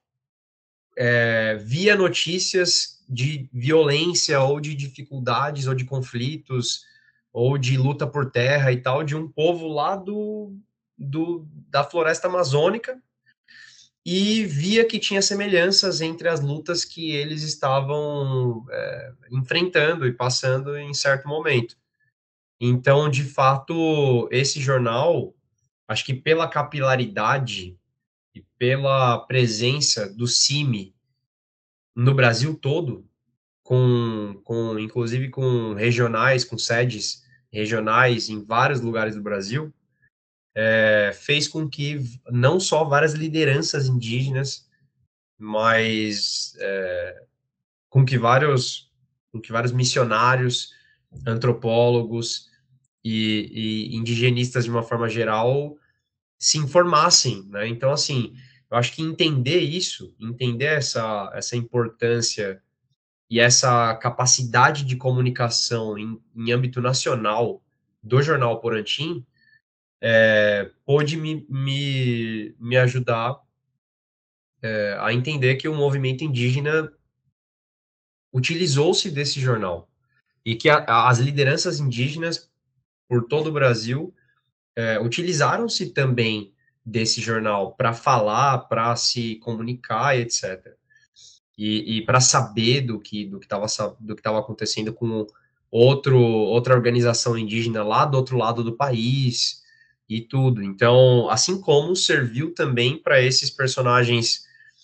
Speaker 3: via notícias de violência ou de dificuldades ou de conflitos ou de luta por terra e tal, de um povo lá da floresta amazônica, e via que tinha semelhanças entre as lutas que eles estavam enfrentando e passando em certo momento. Então, de fato, esse jornal, acho que pela capilaridade e pela presença do CIMI no Brasil todo, inclusive com regionais, com sedes regionais em vários lugares do Brasil, fez com que não só várias lideranças indígenas, mas com que vários missionários, antropólogos e indigenistas de uma forma geral se informassem, né? Então, assim, eu acho que entender isso, entender essa importância e essa capacidade de comunicação em âmbito nacional do Jornal Porantim pôde me ajudar a entender que o movimento indígena utilizou-se desse jornal e que as lideranças indígenas por todo o Brasil utilizaram-se também desse jornal para falar, para se comunicar, etc. E para saber do que estava acontecendo com outra organização indígena lá do outro lado do país e tudo. Então, assim como serviu também para esses personagens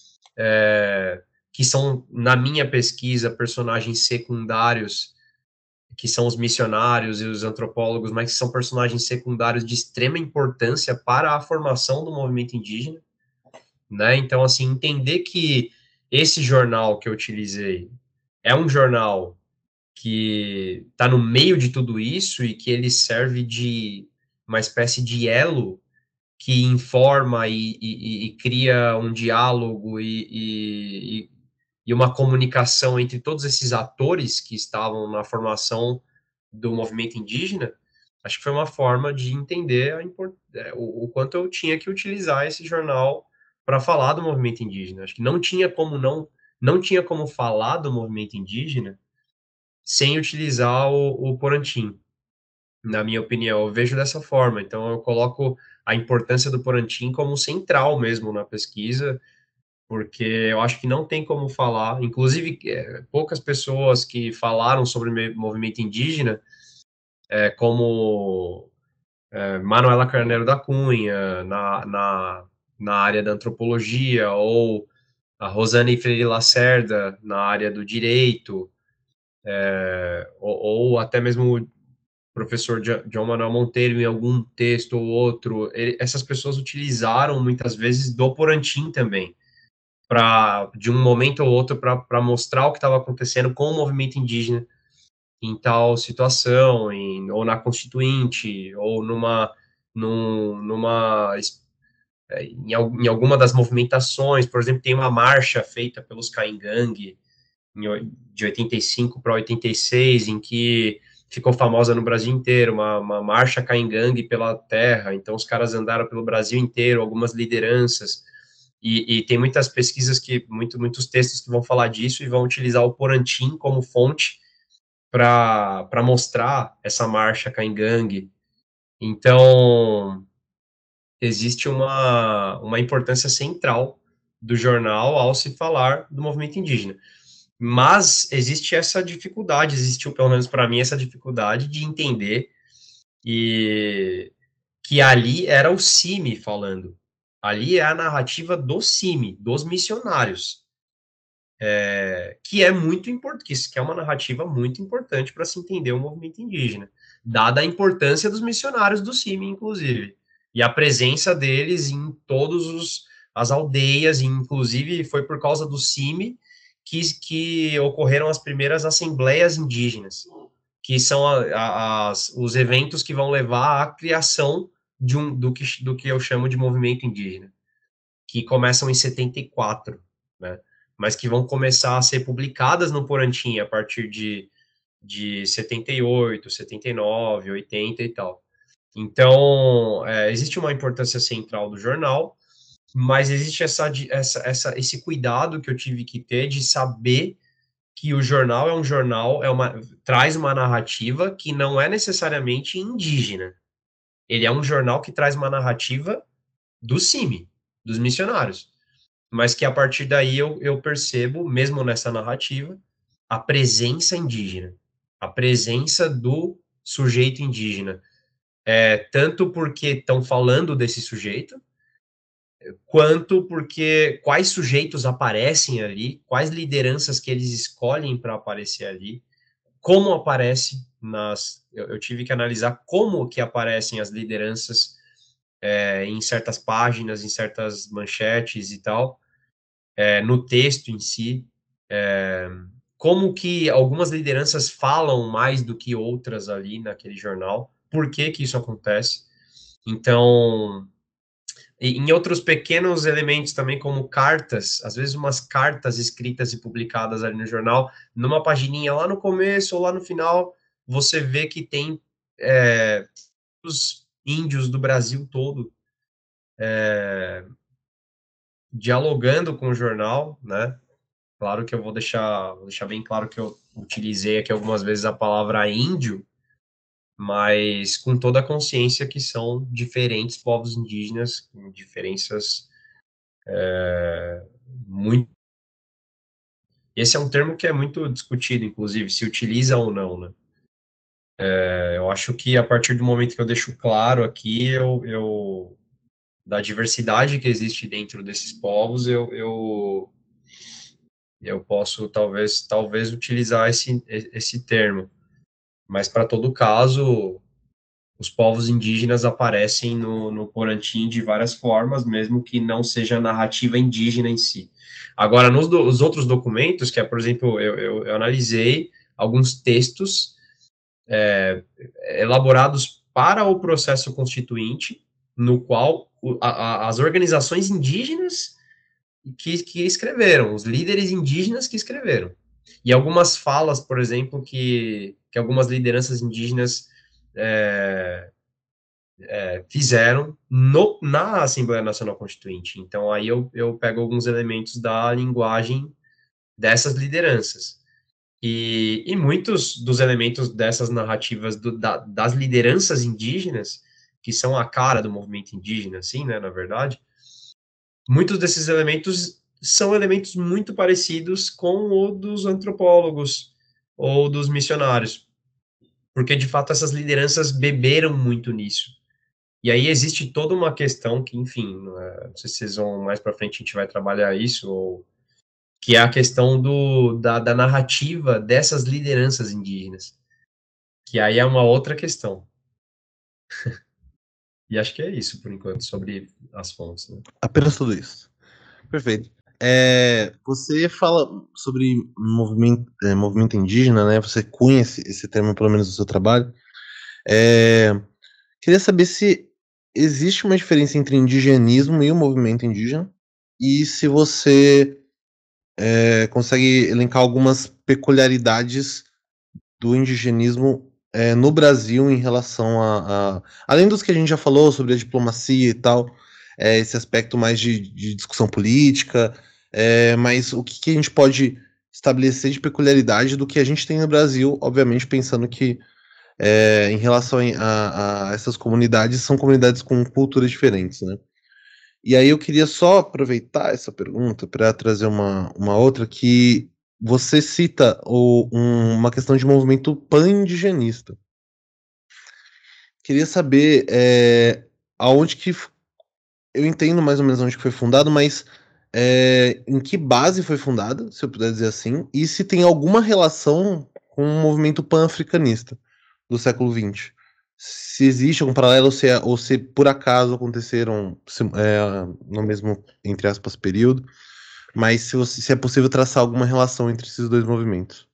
Speaker 3: que são, na minha pesquisa, personagens secundários, que são os missionários e os antropólogos, mas que são personagens secundários de extrema importância para a formação do movimento indígena, né? Então, assim, entender que esse jornal que eu utilizei é um jornal que está no meio de tudo isso e que ele serve de uma espécie de elo que informa e cria um diálogo e uma comunicação entre todos esses atores que estavam na formação do movimento indígena, acho que foi uma forma de entender o quanto eu tinha que utilizar esse jornal para falar do movimento indígena. Acho que não tinha como falar do movimento indígena sem utilizar o Porantin, na minha opinião. Eu vejo dessa forma. Então, eu coloco a importância do Porantin como central mesmo na pesquisa, porque eu acho que não tem como falar, inclusive poucas pessoas que falaram sobre movimento indígena, como Manuela Carneiro da Cunha, na área da antropologia, ou a Rosane Freire Lacerda, na área do direito, ou até mesmo o professor João Manuel Monteiro, em algum texto ou outro, essas pessoas utilizaram muitas vezes do Porantin também, de um momento ou outro, para mostrar o que estava acontecendo com o movimento indígena em tal situação, ou na Constituinte, ou em alguma das movimentações. Por exemplo, tem uma marcha feita pelos Caingangue de 85 para 86, em que ficou famosa no Brasil inteiro, uma marcha Caingangue pela terra. Então, os caras andaram pelo Brasil inteiro, algumas lideranças, e tem muitas pesquisas, muitos textos que vão falar disso e vão utilizar o Porantin como fonte para mostrar essa marcha Caingangue. Então, existe uma importância central do jornal ao se falar do movimento indígena. Mas existe essa dificuldade, existiu, pelo menos para mim, essa dificuldade de entender que ali era o CIMI falando. Ali é a narrativa do CIMI, dos missionários, que é muito importante, que é uma narrativa muito importante para se entender o movimento indígena, dada a importância dos missionários do CIMI, inclusive, e a presença deles em todas as aldeias, e inclusive foi por causa do CIMI que ocorreram as primeiras assembleias indígenas, que são os eventos que vão levar à criação do que eu chamo de movimento indígena, que começam em 74, né? Mas que vão começar a ser publicadas no Porantin a partir de 78, 79, 80 e tal. Então, existe uma importância central do jornal, mas existe esse cuidado que eu tive que ter de saber que o jornal é um jornal, traz uma narrativa que não é necessariamente indígena. Ele é um jornal que traz uma narrativa do CIMI, dos missionários, mas que a partir daí eu percebo, mesmo nessa narrativa, a presença indígena, a presença do sujeito indígena, tanto porque estão falando desse sujeito, quanto porque quais sujeitos aparecem ali, quais lideranças que eles escolhem para aparecer ali, como aparece eu tive que analisar como que aparecem as lideranças em certas páginas, em certas manchetes e tal, no texto em si, como que algumas lideranças falam mais do que outras ali naquele jornal, por que que isso acontece. Então, em outros pequenos elementos também, como cartas, às vezes umas cartas escritas e publicadas ali no jornal, numa pagininha lá no começo ou lá no final, você vê que tem os índios do Brasil todo dialogando com o jornal, né? Claro que eu vou deixar bem claro que eu utilizei aqui algumas vezes a palavra índio, mas com toda a consciência que são diferentes povos indígenas, com diferenças muito. Esse é um termo que é muito discutido, inclusive, se utiliza ou não, né? Eu acho que a partir do momento que eu deixo claro aqui, da diversidade que existe dentro desses povos, eu posso talvez utilizar esse termo. Mas para todo caso, os povos indígenas aparecem no Porantin de várias formas, mesmo que não seja a narrativa indígena em si. Agora, nos outros documentos, que é, por exemplo, eu analisei alguns textos elaborados para o processo constituinte, no qual as organizações indígenas que escreveram, os líderes indígenas que escreveram. E algumas falas, por exemplo, que algumas lideranças indígenas fizeram na Assembleia Nacional Constituinte. Então, aí eu pego alguns elementos da linguagem dessas lideranças. E muitos dos elementos dessas narrativas das lideranças indígenas, que são a cara do movimento indígena, assim, né, na verdade, muitos desses elementos são elementos muito parecidos com o dos antropólogos ou dos missionários, porque de fato essas lideranças beberam muito nisso. E aí existe toda uma questão que, enfim, não sei se vocês vão mais para frente a gente vai trabalhar isso, ou que é a questão da narrativa dessas lideranças indígenas, que aí é uma outra questão. E acho que é isso, por enquanto, sobre as fontes, né?
Speaker 2: Apenas tudo isso. Perfeito. Você fala sobre movimento indígena, né? Você cunha esse termo, pelo menos, no seu trabalho. Queria saber se existe uma diferença entre indigenismo e o movimento indígena, e se você consegue elencar algumas peculiaridades do indigenismo no Brasil em relação além dos que a gente já falou sobre a diplomacia e tal, esse aspecto mais de discussão política, mas o que a gente pode estabelecer de peculiaridade do que a gente tem no Brasil, obviamente pensando que em relação a essas comunidades, são comunidades com culturas diferentes, né? E aí eu queria só aproveitar essa pergunta para trazer uma outra que você cita uma questão de movimento pan-indigenista. Queria saber aonde que eu entendo mais ou menos onde que foi fundado, mas em que base foi fundada, se eu puder dizer assim, e se tem alguma relação com o movimento pan-africanista do século XX. Se existe algum paralelo, ou se por acaso aconteceram no mesmo, entre aspas, período, mas se é possível traçar alguma relação entre esses dois movimentos.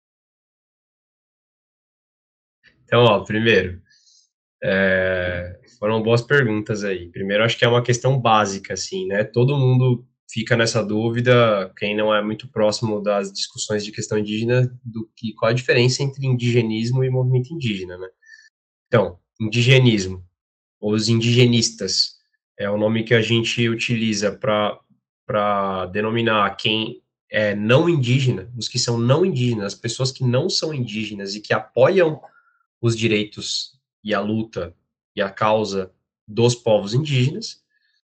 Speaker 3: Então, ó, primeiro, foram boas perguntas aí. Primeiro, acho que é uma questão básica, assim, né? Todo mundo fica nessa dúvida, quem não é muito próximo das discussões de questão indígena, qual a diferença entre indigenismo e movimento indígena, né? Então, indigenismo, ou os indigenistas, é o nome que a gente utiliza para denominar quem é não indígena, os que são não indígenas, as pessoas que não são indígenas e que apoiam os direitos e a luta e a causa dos povos indígenas,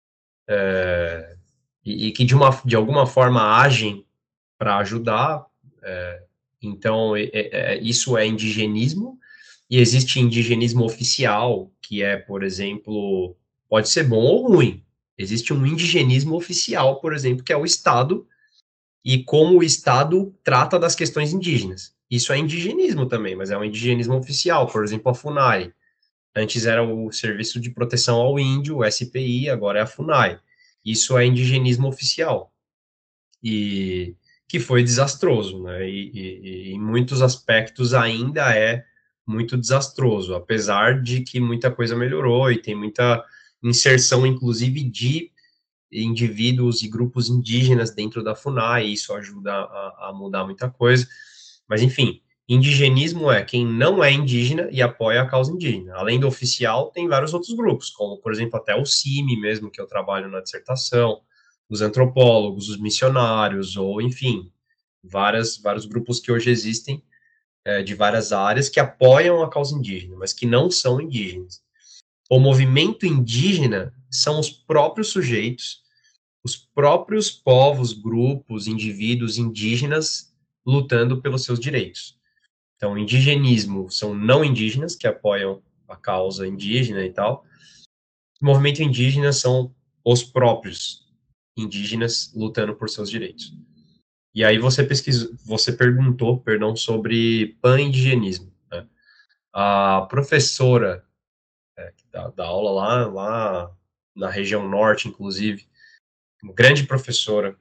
Speaker 3: e que de alguma forma agem para ajudar. Então, isso é indigenismo, e existe indigenismo oficial, que é, por exemplo, pode ser bom ou ruim. Existe um indigenismo oficial, por exemplo, que é o Estado, e como o Estado trata das questões indígenas. Isso é indigenismo também, mas é um indigenismo oficial, por exemplo, a FUNAI. Antes era o Serviço de Proteção ao Índio, o SPI, agora é a FUNAI. Isso é indigenismo oficial. E que foi desastroso, né? E em muitos aspectos ainda é muito desastroso, apesar de que muita coisa melhorou e tem muita inserção, inclusive, de indivíduos e grupos indígenas dentro da FUNAI, e isso ajuda a mudar muita coisa. Mas, enfim, indigenismo é quem não é indígena e apoia a causa indígena. Além do oficial, tem vários outros grupos, como, por exemplo, até o CIMI mesmo, que eu trabalho na dissertação, os antropólogos, os missionários, ou, enfim, vários grupos que hoje existem, de várias áreas, que apoiam a causa indígena, mas que não são indígenas. O movimento indígena são os próprios sujeitos, os próprios povos, grupos, indivíduos indígenas lutando pelos seus direitos. Então, indigenismo são não indígenas que apoiam a causa indígena e tal. O movimento indígena são os próprios indígenas lutando por seus direitos. E aí você perguntou, perdão, sobre pan-indigenismo. Né? A professora que dá aula lá na região norte, inclusive, uma grande professora,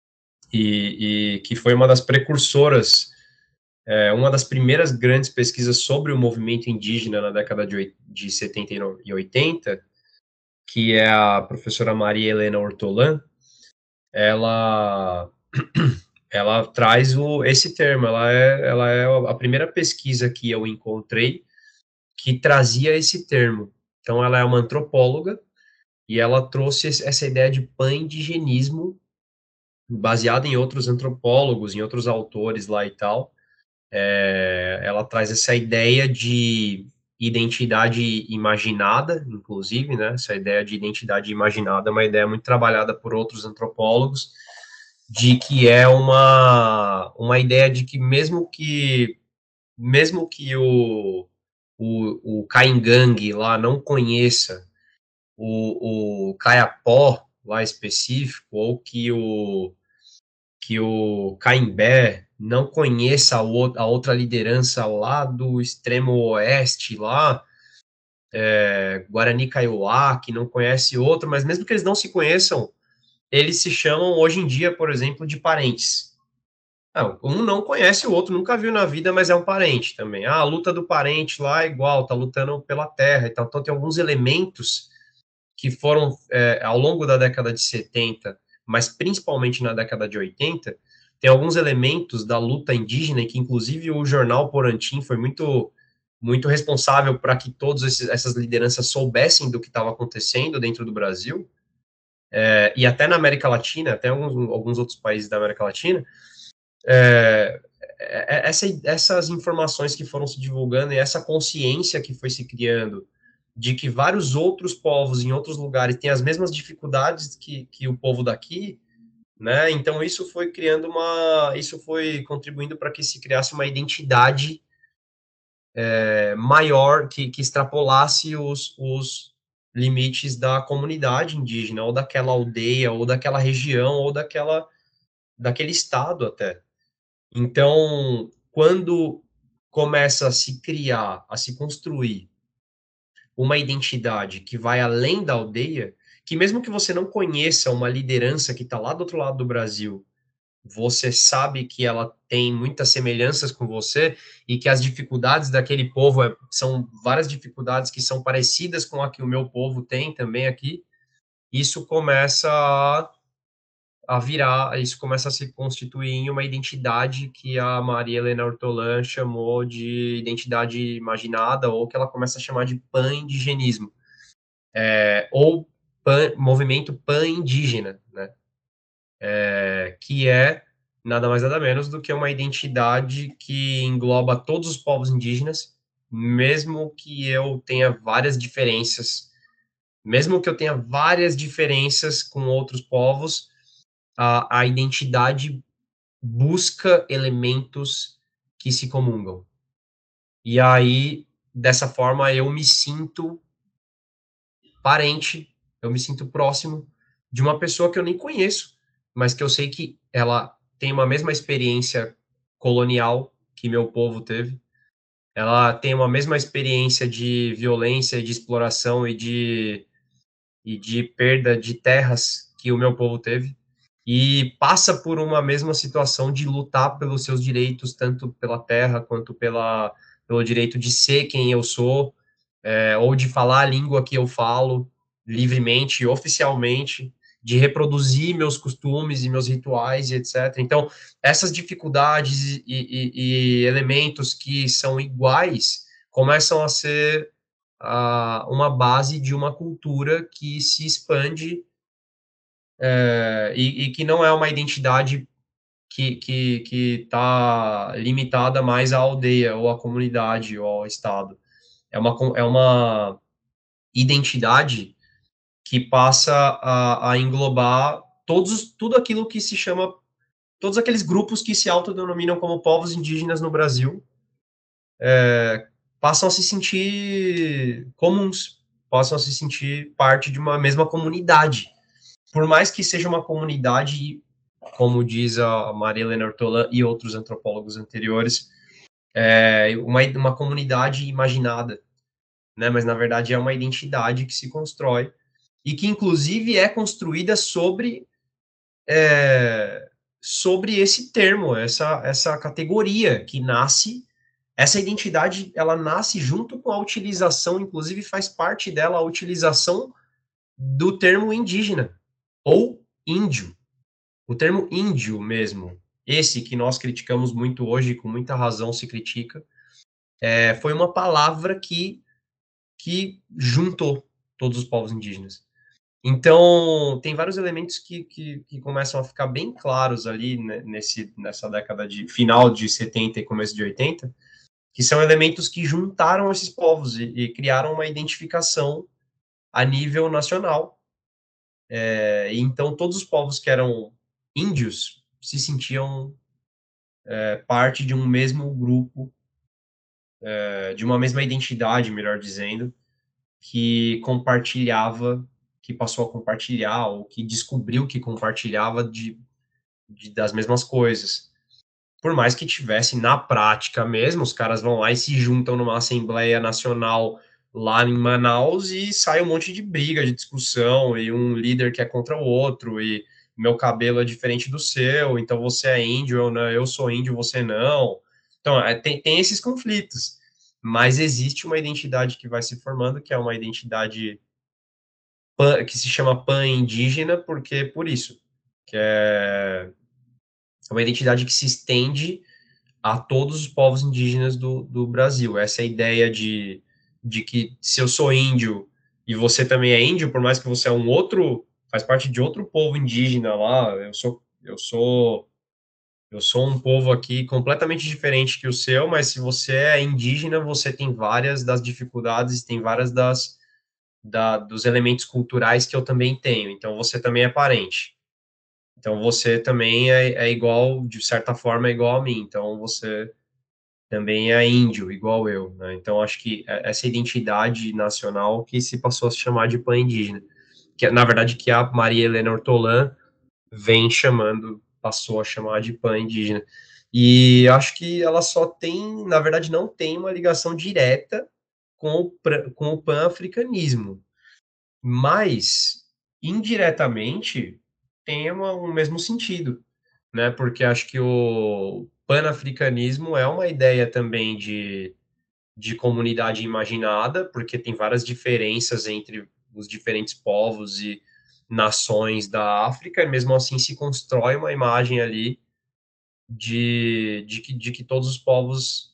Speaker 3: e que foi uma das precursoras, uma das primeiras grandes pesquisas sobre o movimento indígena na década de 70 e 80, que é a professora Maria Helena Ortolan. Ela ela traz esse termo, ela é a primeira pesquisa que eu encontrei que trazia esse termo. Então, ela é uma antropóloga e ela trouxe essa ideia de pan-indigenismo baseada em outros antropólogos, em outros autores lá e tal, Ela traz essa ideia de identidade imaginada, inclusive, né? Essa ideia de identidade imaginada é uma ideia muito trabalhada por outros antropólogos, de que é uma ideia de que mesmo que o Caingangue lá não conheça o Kayapó lá específico, ou que o Caimbé não conheça a outra liderança lá do extremo oeste, lá, Guarani Kaiowá, que não conhece outro, mas mesmo que eles não se conheçam, eles se chamam hoje em dia, por exemplo, de parentes. Um não conhece o outro, nunca viu na vida, mas é um parente também. A luta do parente lá é igual, tá lutando pela terra e tal. Então tem alguns elementos que foram, ao longo da década de 70, mas principalmente na década de 80, tem alguns elementos da luta indígena, que inclusive o jornal Porantim foi muito responsável para que todas essas lideranças soubessem do que estava acontecendo dentro do Brasil, e até na América Latina, até alguns outros países da América Latina, essas informações que foram se divulgando e essa consciência que foi se criando de que vários outros povos em outros lugares têm as mesmas dificuldades que o povo daqui, né? Então isso foi contribuindo para que se criasse uma identidade maior, que extrapolasse os limites da comunidade indígena, ou daquela aldeia, ou daquela região, ou daquele estado até. Então, quando começa a se criar, a se construir uma identidade que vai além da aldeia, que mesmo que você não conheça uma liderança que está lá do outro lado do Brasil, você sabe que ela tem muitas semelhanças com você e que as dificuldades daquele povo são várias dificuldades que são parecidas com a que o meu povo tem também aqui, isso começa isso começa a se constituir em uma identidade que a Maria Helena Hortolã chamou de identidade imaginada, ou que ela começa a chamar de pan-indigenismo, ou movimento pan-indígena, né? Que é nada mais nada menos do que uma identidade que engloba todos os povos indígenas, mesmo que eu tenha várias diferenças, mesmo que eu tenha várias diferenças com outros povos, a identidade busca elementos que se comungam. E aí, dessa forma, eu me sinto parente, eu me sinto próximo de uma pessoa que eu nem conheço, mas que eu sei que ela tem uma mesma experiência colonial que meu povo teve, ela tem uma mesma experiência de violência, de exploração e de perda de terras que o meu povo teve, e passa por uma mesma situação de lutar pelos seus direitos, tanto pela terra quanto pelo direito de ser quem eu sou, ou de falar a língua que eu falo livremente, oficialmente, de reproduzir meus costumes e meus rituais e etc. Então, essas dificuldades e elementos que são iguais começam a ser uma base de uma cultura que se expande, e que não é uma identidade que está limitada mais à aldeia, ou à comunidade, ou ao estado. É uma identidade que passa a englobar tudo aquilo que se chama, todos aqueles grupos que se autodenominam como povos indígenas no Brasil, passam a se sentir comuns, passam a se sentir parte de uma mesma comunidade. Por mais que seja uma comunidade, como diz a Maria Helena Hortolã e outros antropólogos anteriores, uma comunidade imaginada, né? Mas na verdade é uma identidade que se constrói e que inclusive é construída sobre esse termo, essa categoria que nasce. Essa identidade, ela nasce junto com a utilização, inclusive faz parte dela a utilização do termo indígena ou índio. O termo índio mesmo, esse que nós criticamos muito hoje, com muita razão se critica, foi uma palavra que juntou todos os povos indígenas. Então, tem vários elementos que começam a ficar bem claros ali, né, nessa década de final de 70 e começo de 80, que são elementos que juntaram esses povos e criaram uma identificação a nível nacional. Então, todos os povos que eram índios se sentiam parte de um mesmo grupo, de uma mesma identidade, melhor dizendo, que compartilhava, que passou a compartilhar, ou que descobriu que compartilhava das mesmas coisas. Por mais que tivesse na prática mesmo, os caras vão lá e se juntam numa Assembleia Nacional lá em Manaus e sai um monte de briga, de discussão, e um líder que é contra o outro, e meu cabelo é diferente do seu, então você é índio, eu sou índio, você não. Então, tem esses conflitos, mas existe uma identidade que vai se formando, que é uma identidade que se chama pan-indígena, porque por isso, que é uma identidade que se estende a todos os povos indígenas do Brasil. Essa é a ideia de que se eu sou índio e você também é índio, por mais que você é um outro, faz parte de outro povo indígena lá, eu sou um povo aqui completamente diferente que o seu, mas se você é indígena, você tem várias das dificuldades, tem várias dos elementos culturais que eu também tenho, então você também é parente. Então você também é igual, de certa forma, é igual a mim. Então você também é índio, igual eu, né? Então acho que essa identidade nacional que se passou a se chamar de pan-indígena, que na verdade que a Maria Helena Hortolã vem chamando, passou a chamar de pan-indígena. E acho que ela só tem, na verdade, não tem uma ligação direta com o pan-africanismo, mas indiretamente tem um mesmo sentido, né? Porque acho que o panafricanismo é uma ideia também de comunidade imaginada, porque tem várias diferenças entre os diferentes povos e nações da África, e mesmo assim se constrói uma imagem ali de que todos os povos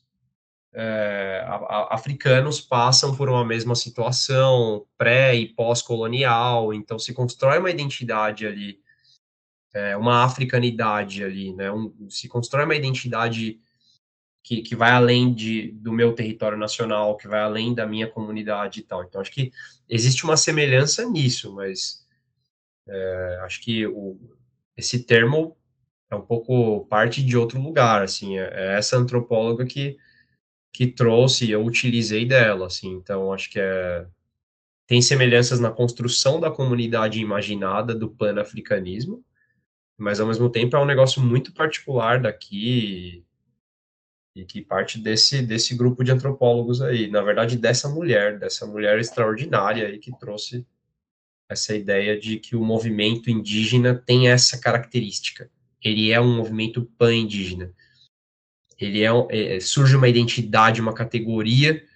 Speaker 3: africanos passam por uma mesma situação pré e pós-colonial, então se constrói uma identidade ali, uma africanidade ali, né? Se constrói uma identidade que vai além do meu território nacional, que vai além da minha comunidade e tal. Então acho que existe uma semelhança nisso, mas acho que esse termo é um pouco parte de outro lugar, assim, é essa antropóloga que trouxe, eu utilizei dela, assim, então acho que tem semelhanças na construção da comunidade imaginada do pan-africanismo, mas ao mesmo tempo é um negócio muito particular daqui e que parte desse grupo de antropólogos aí, na verdade dessa mulher extraordinária aí que trouxe essa ideia de que o movimento indígena tem essa característica. Ele é um movimento pan-indígena. Ele surge uma identidade, uma categoria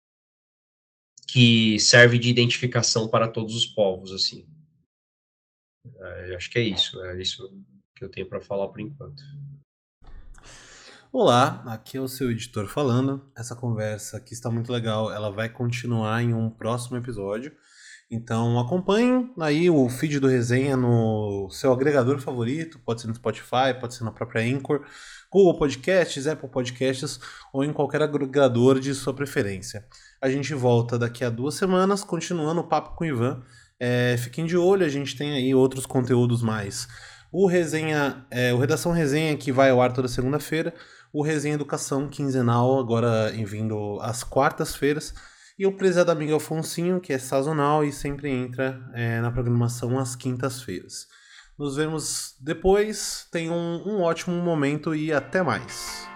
Speaker 3: que serve de identificação para todos os povos, assim. Eu acho que é isso que eu tenho para falar por enquanto.
Speaker 2: Olá, aqui é o seu editor falando. Essa conversa aqui está muito legal, ela vai continuar em um próximo episódio. Então acompanhem aí o feed do Resenha no seu agregador favorito, pode ser no Spotify, pode ser na própria Anchor, Google Podcasts, Apple Podcasts ou em qualquer agregador de sua preferência. A gente volta daqui a 2 semanas, continuando o papo com o Ivan. Fiquem de olho, a gente tem aí outros conteúdos mais. O Redação Resenha, que vai ao ar toda segunda-feira, o Resenha Educação quinzenal, agora vindo às quartas-feiras, e o Prezado Amigo Afonsinho, que é sazonal e sempre entra na programação às quintas-feiras. Nos vemos depois, tenham um ótimo momento e até mais!